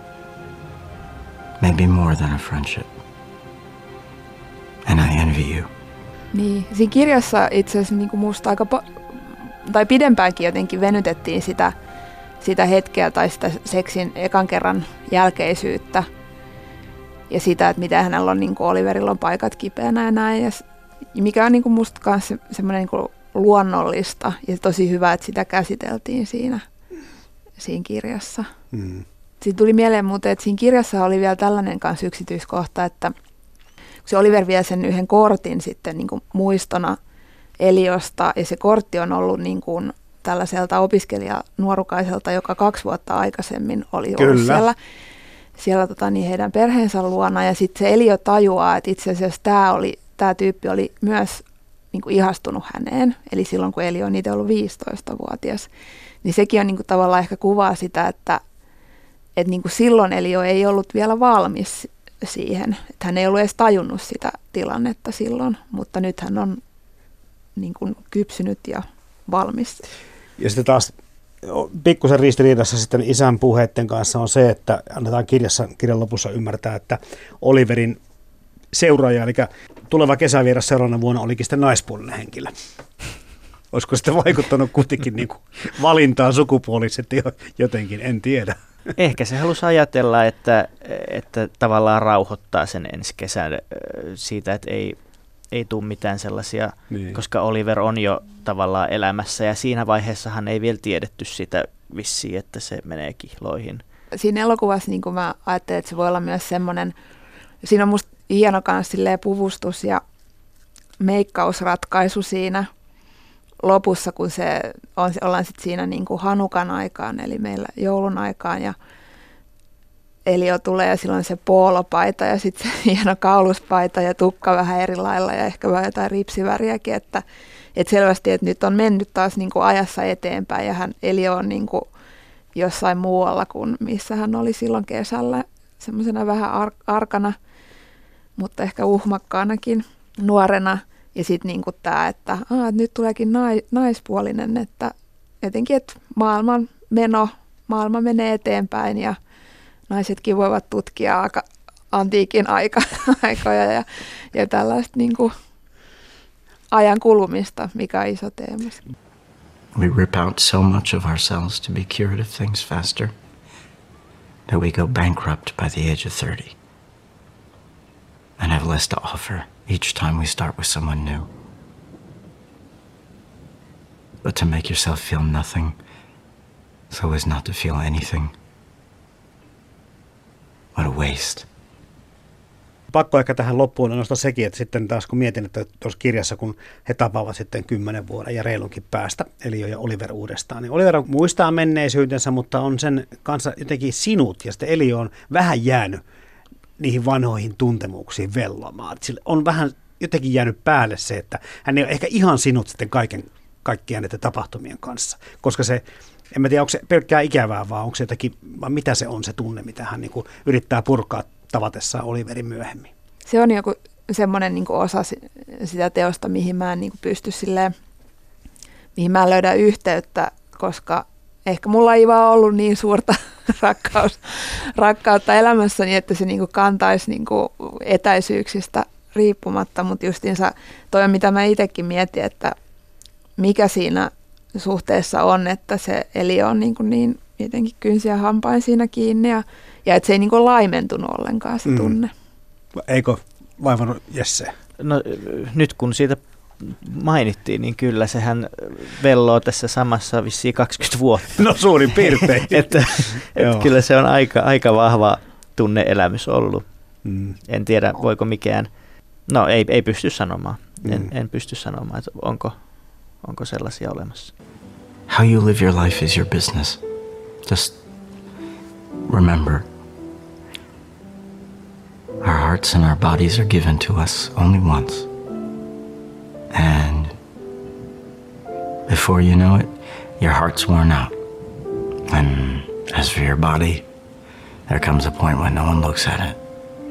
Maybe more than a friendship. And I envy you. Niin, siinä kirjassa itse asiassa niin kuin musta aika po- tai pidempäänkin jotenkin venytettiin sitä, sitä hetkeä tai sitä seksin ekan kerran jälkeisyyttä ja sitä, että mitä hänellä on, niin kuin Oliverilla on paikat kipeänä ja näin. Ja mikä on niin kuin musta myös se, semmoinen niin kuin luonnollista ja tosi hyvä, että sitä käsiteltiin siinä, siinä kirjassa. Hmm. Siitä tuli mieleen muuten, että siinä kirjassa oli vielä tällainen kanssa yksityiskohta, että se Oliver vie sen yhden kortin sitten niin kuin muistona Eliosta, ja se kortti on ollut niin kuin tällaiselta opiskelijanuorukaiselta, joka kaksi vuotta aikaisemmin oli Kyllä. ollut siellä, siellä tota, niin heidän perheensä luona, ja sitten se Elio tajuaa, että itse asiassa tämä, oli, tämä tyyppi oli myös niin kuin ihastunut häneen, eli silloin kun Elio on itse ollut viisitoistavuotias, niin sekin on niin kuin tavallaan ehkä kuvaa sitä, että, että niin kuin silloin Elio ei ollut vielä valmis siihen, että hän ei ollut edes tajunnut sitä tilannetta silloin, mutta nyt hän on niin kuin kypsynyt ja valmis. Ja sitten taas pikkusen ristiriidassa sitten isän puheiden kanssa on se, että annetaan kirjassa, kirjan lopussa ymmärtää, että Oliverin seuraaja, eli tuleva kesävieras seuraavana vuonna olikin sitten naispuolinen henkilö. Olisiko sitten vaikuttanut kuitenkin niin kuin valintaan sukupuolisesti jotenkin, en tiedä. Ehkä se halusi ajatella, että, että tavallaan rauhoittaa sen ensi kesän siitä, että ei, ei tule mitään sellaisia, niin. Koska Oliver on jo tavallaan elämässä ja siinä vaiheessahan ei vielä tiedetty sitä vissiin, että se menee kihloihin. Siinä elokuvassa niin kuin mä ajattelin, että se voi olla myös semmoinen, siinä on musta hieno kanssa puvustus ja meikkausratkaisu siinä, lopussa, kun se on, ollaan sitten siinä niin kuin Hanukan aikaan, eli meillä joulun aikaan, ja Elio tulee ja silloin se poolopaita ja sitten se hieno kauluspaita ja tukka vähän eri lailla ja ehkä vähän jotain ripsiväriäkin, että, että selvästi, että nyt on mennyt taas niin kuin ajassa eteenpäin ja hän, Elio on niin kuin jossain muualla kuin missä hän oli silloin kesällä, semmoisena vähän ar- arkana, mutta ehkä uhmakkaanakin nuorena. Ja sitten niinku tämä, että aa, nyt tuleekin nai, naispuolinen, että jotenkin, että maailman meno, maailma menee eteenpäin ja naisetkin voivat tutkia aika, antiikin aika, aikoja ja, ja tällaista niinku ajan kulumista, mikä on iso teema. We rip out so much of ourselves to be cured of things faster that we go bankrupt by the age of thirty and have less to offer each time we start with someone new. But to make yourself feel nothing so as not to feel anything. What a waste. Pakko ehkä tähän loppuun nostaa sekin, että sitten taas kun mietin, että tuossa kirjassa, kun he tapaavat sitten kymmenen vuoden ja reilunkin päästä, Elio ja Oliver uudestaan, niin Oliver muistaa menneisyytensä, mutta on sen kanssa jotenkin sinut, ja sitten Elio on vähän jäänyt niihin vanhoihin tuntemuksiin vellomaan. Sillä on vähän jotenkin jäänyt päälle se, että hän ei ole ehkä ihan sinut sitten kaiken, kaikkien näiden tapahtumien kanssa, koska se, en mä tiedä, onko se pelkkää ikävää, vaan onko se jotakin, vaan mitä se on se tunne, mitä hän niin kuin yrittää purkaa tavatessaan Oliverin myöhemmin. Se on joku semmoinen niin kuin osa sitä teosta, mihin mä en niin kuin pysty silleen, mihin mä löydän yhteyttä, koska ehkä mulla ei vaan ollut niin suurta rakkaus, rakkautta elämässäni, että se niin kuin kantaisi niin kuin etäisyyksistä riippumatta, mutta justiinsa toi on, mitä mä itsekin mietin, että mikä siinä suhteessa on, että se Elio on niin, kuin niin jotenkin kynsiä hampain siinä kiinni ja, ja että se ei niin kuin laimentunut ollenkaan se tunne. Mm. Eikö vaivannut Jesse? No nyt kun siitä mainittiin, niin kyllä sehän velloo tässä samassa vissiin kaksikymmentä vuotta. No suurin piirtein. että, että kyllä se on aika, aika vahva tunne-elämys ollut. Mm. En tiedä, voiko mikään, no ei, ei pysty sanomaan. En, mm. en pysty sanomaan, että onko, onko sellaisia olemassa. How you live your life is your business. Just remember, our hearts and our bodies are given to us only once. And before you know it, your heart's worn out. And as for your body, there comes a point when no one looks at it,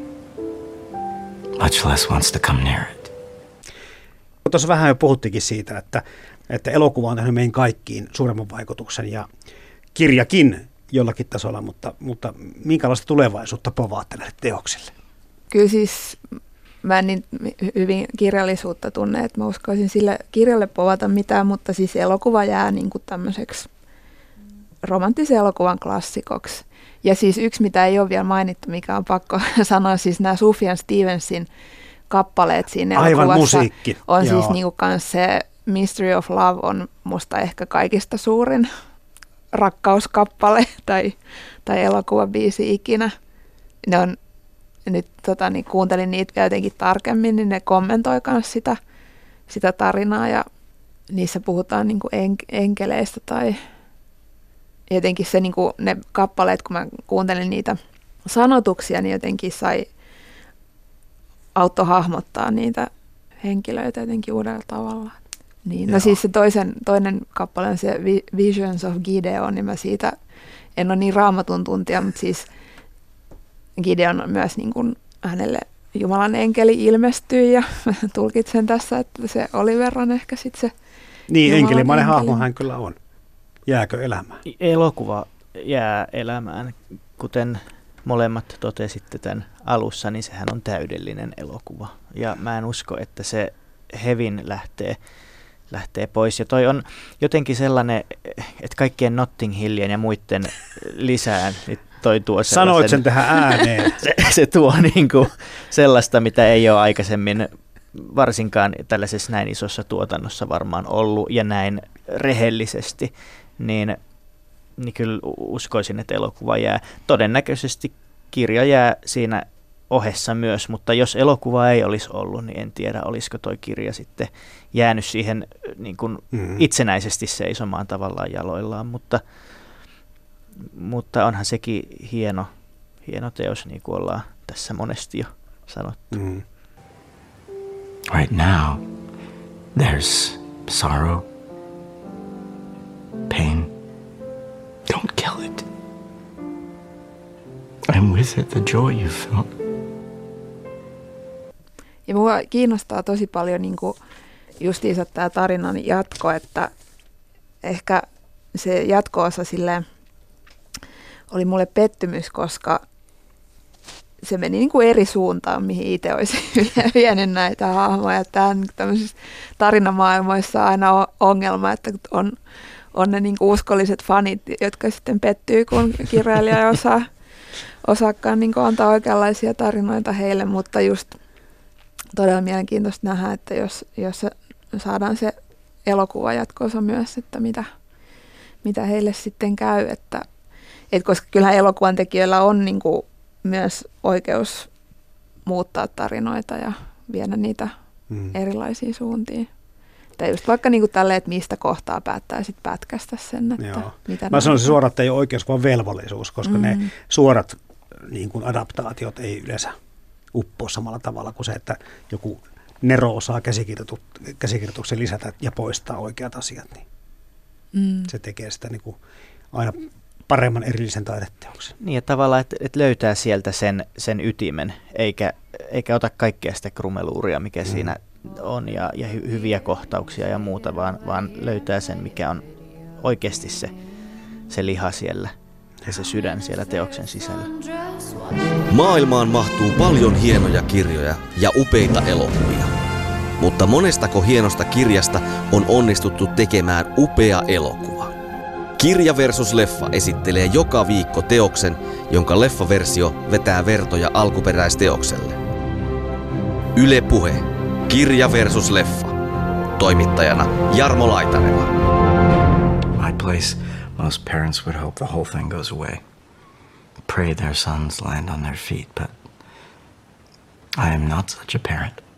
much less wants to come near it. Tuossa vähän jo puhuttikin siitä, että, että elokuva on tehnyt meihin kaikkiin suuremman vaikutuksen ja kirjakin jollakin tasolla, mutta, mutta minkälaista tulevaisuutta povaatte näille teoksille? Kyllä siis mä en niin hyvin kirjallisuutta tunne, että mä uskoisin sille kirjalle povata mitään, mutta siis elokuva jää niin kuin tämmöiseksi romanttisen elokuvan klassikoksi. Ja siis yksi, mitä ei ole vielä mainittu, mikä on pakko sanoa, siis nämä Sufjan Stevensin kappaleet siinä aivan elokuvassa musiikki. On Joo. siis niinku kans se Mystery of Love on musta ehkä kaikista suurin rakkauskappale tai, tai elokuvabiisi ikinä. Ne on, nyt tota, niin kuuntelin niitä jotenkin tarkemmin, niin ne kommentoi myös sitä, sitä tarinaa ja niissä puhutaan niinku en, enkeleistä tai jotenkin se, niinku, ne kappaleet, kun mä kuuntelin niitä sanotuksia, niin jotenkin sai auttoi hahmottaa niitä henkilöitä jotenkin uudella tavalla. Niin. No siis se toisen, toinen kappale on se Visions of Gideon, niin mä siitä en ole niin raamatun tuntija, mutta siis Gideon myös niin kuin hänelle Jumalan enkeli ilmestyi ja tulkitsen tässä, että se Oliver on ehkä sitten se niin, Jumalan enkelimainen enkeli. hahmo hän kyllä on. Jääkö elämään? Elokuva jää elämään, kuten molemmat totesitte tämän alussa, niin sehän on täydellinen elokuva. Ja mä en usko, että se hevin lähtee, lähtee pois. Ja toi on jotenkin sellainen, että kaikkien Notting Hillien ja muiden lisään niin toi tuo sellaisen... Sanoit sen tähän ääneen. se, se tuo niinku sellaista, mitä ei ole aikaisemmin varsinkaan tällaisessa näin isossa tuotannossa varmaan ollut ja näin rehellisesti, niin niin kyllä uskoisin, että elokuva jää. Todennäköisesti kirja jää siinä ohessa myös, mutta jos elokuva ei olisi ollut, niin en tiedä, olisiko toi kirja sitten jäänyt siihen niin kuin mm. itsenäisesti seisomaan tavallaan jaloillaan, mutta, mutta onhan sekin hieno, hieno teos, niin kuin ollaan tässä monesti jo sanottu. Mm. Right now, there's sorrow, pain. Don't kill it. I'm with it, the joy you felt. Ja mua kiinnostaa tosi paljon niin kuin justiinsa tämä tarinan jatko, että ehkä se jatko-osa silleen oli mulle pettymys, koska se meni niin kuin eri suuntaan, mihin itse olisi vienyt näitä hahmoja. Tämän tämmöisissä tarinamaailmoissa on aina ongelma, että on, on ne niin kuin uskolliset fanit, jotka sitten pettyy, kun kirjailija ei osaa, osaakaan niin kuin antaa oikeanlaisia tarinoita heille, mutta just todella mielenkiintoista nähdä, että jos, jos saadaan se elokuva jatkoosa myös, että mitä, mitä heille sitten käy, että, et koska kyllähän elokuvan tekijöillä on niin kuin myös oikeus muuttaa tarinoita ja viedä niitä mm. erilaisiin suuntiin. Tai just vaikka niin kuin tälleen, että mistä kohtaa päättää sitten pätkästä sen, että Joo. mitä Mä sanoisin suoraan, että ei ole oikeus, vaan velvollisuus, koska mm. ne suorat niin kuin adaptaatiot ei yleensä uppoa samalla tavalla kuin se, että joku Nero osaa käsikirjoituksen lisätä ja poistaa oikeat asiat, niin mm. se tekee sitä niin kuin aina paremman erillisen taideteoksen. Niin ja tavallaan, että, että löytää sieltä sen, sen ytimen, eikä, eikä ota kaikkea sitä krumeluuria, mikä mm. siinä on, ja, ja hy, hyviä kohtauksia ja muuta, vaan, vaan löytää sen, mikä on oikeasti se, se liha siellä ja se sydän siellä teoksen sisällä. Maailmaan mahtuu paljon hienoja kirjoja ja upeita elokuvia. Mutta monestako hienosta kirjasta on onnistuttu tekemään upea elokuva? Kirja versus leffa esittelee joka viikko teoksen, jonka leffaversio vetää vertoja alkuperäisteokselle. Yle Puhe. Kirja versus leffa. Toimittajana Jarmo Laitaneva. My place, most parents would hope the whole thing goes away. Pray their sons land on their feet, but I am not such a parent.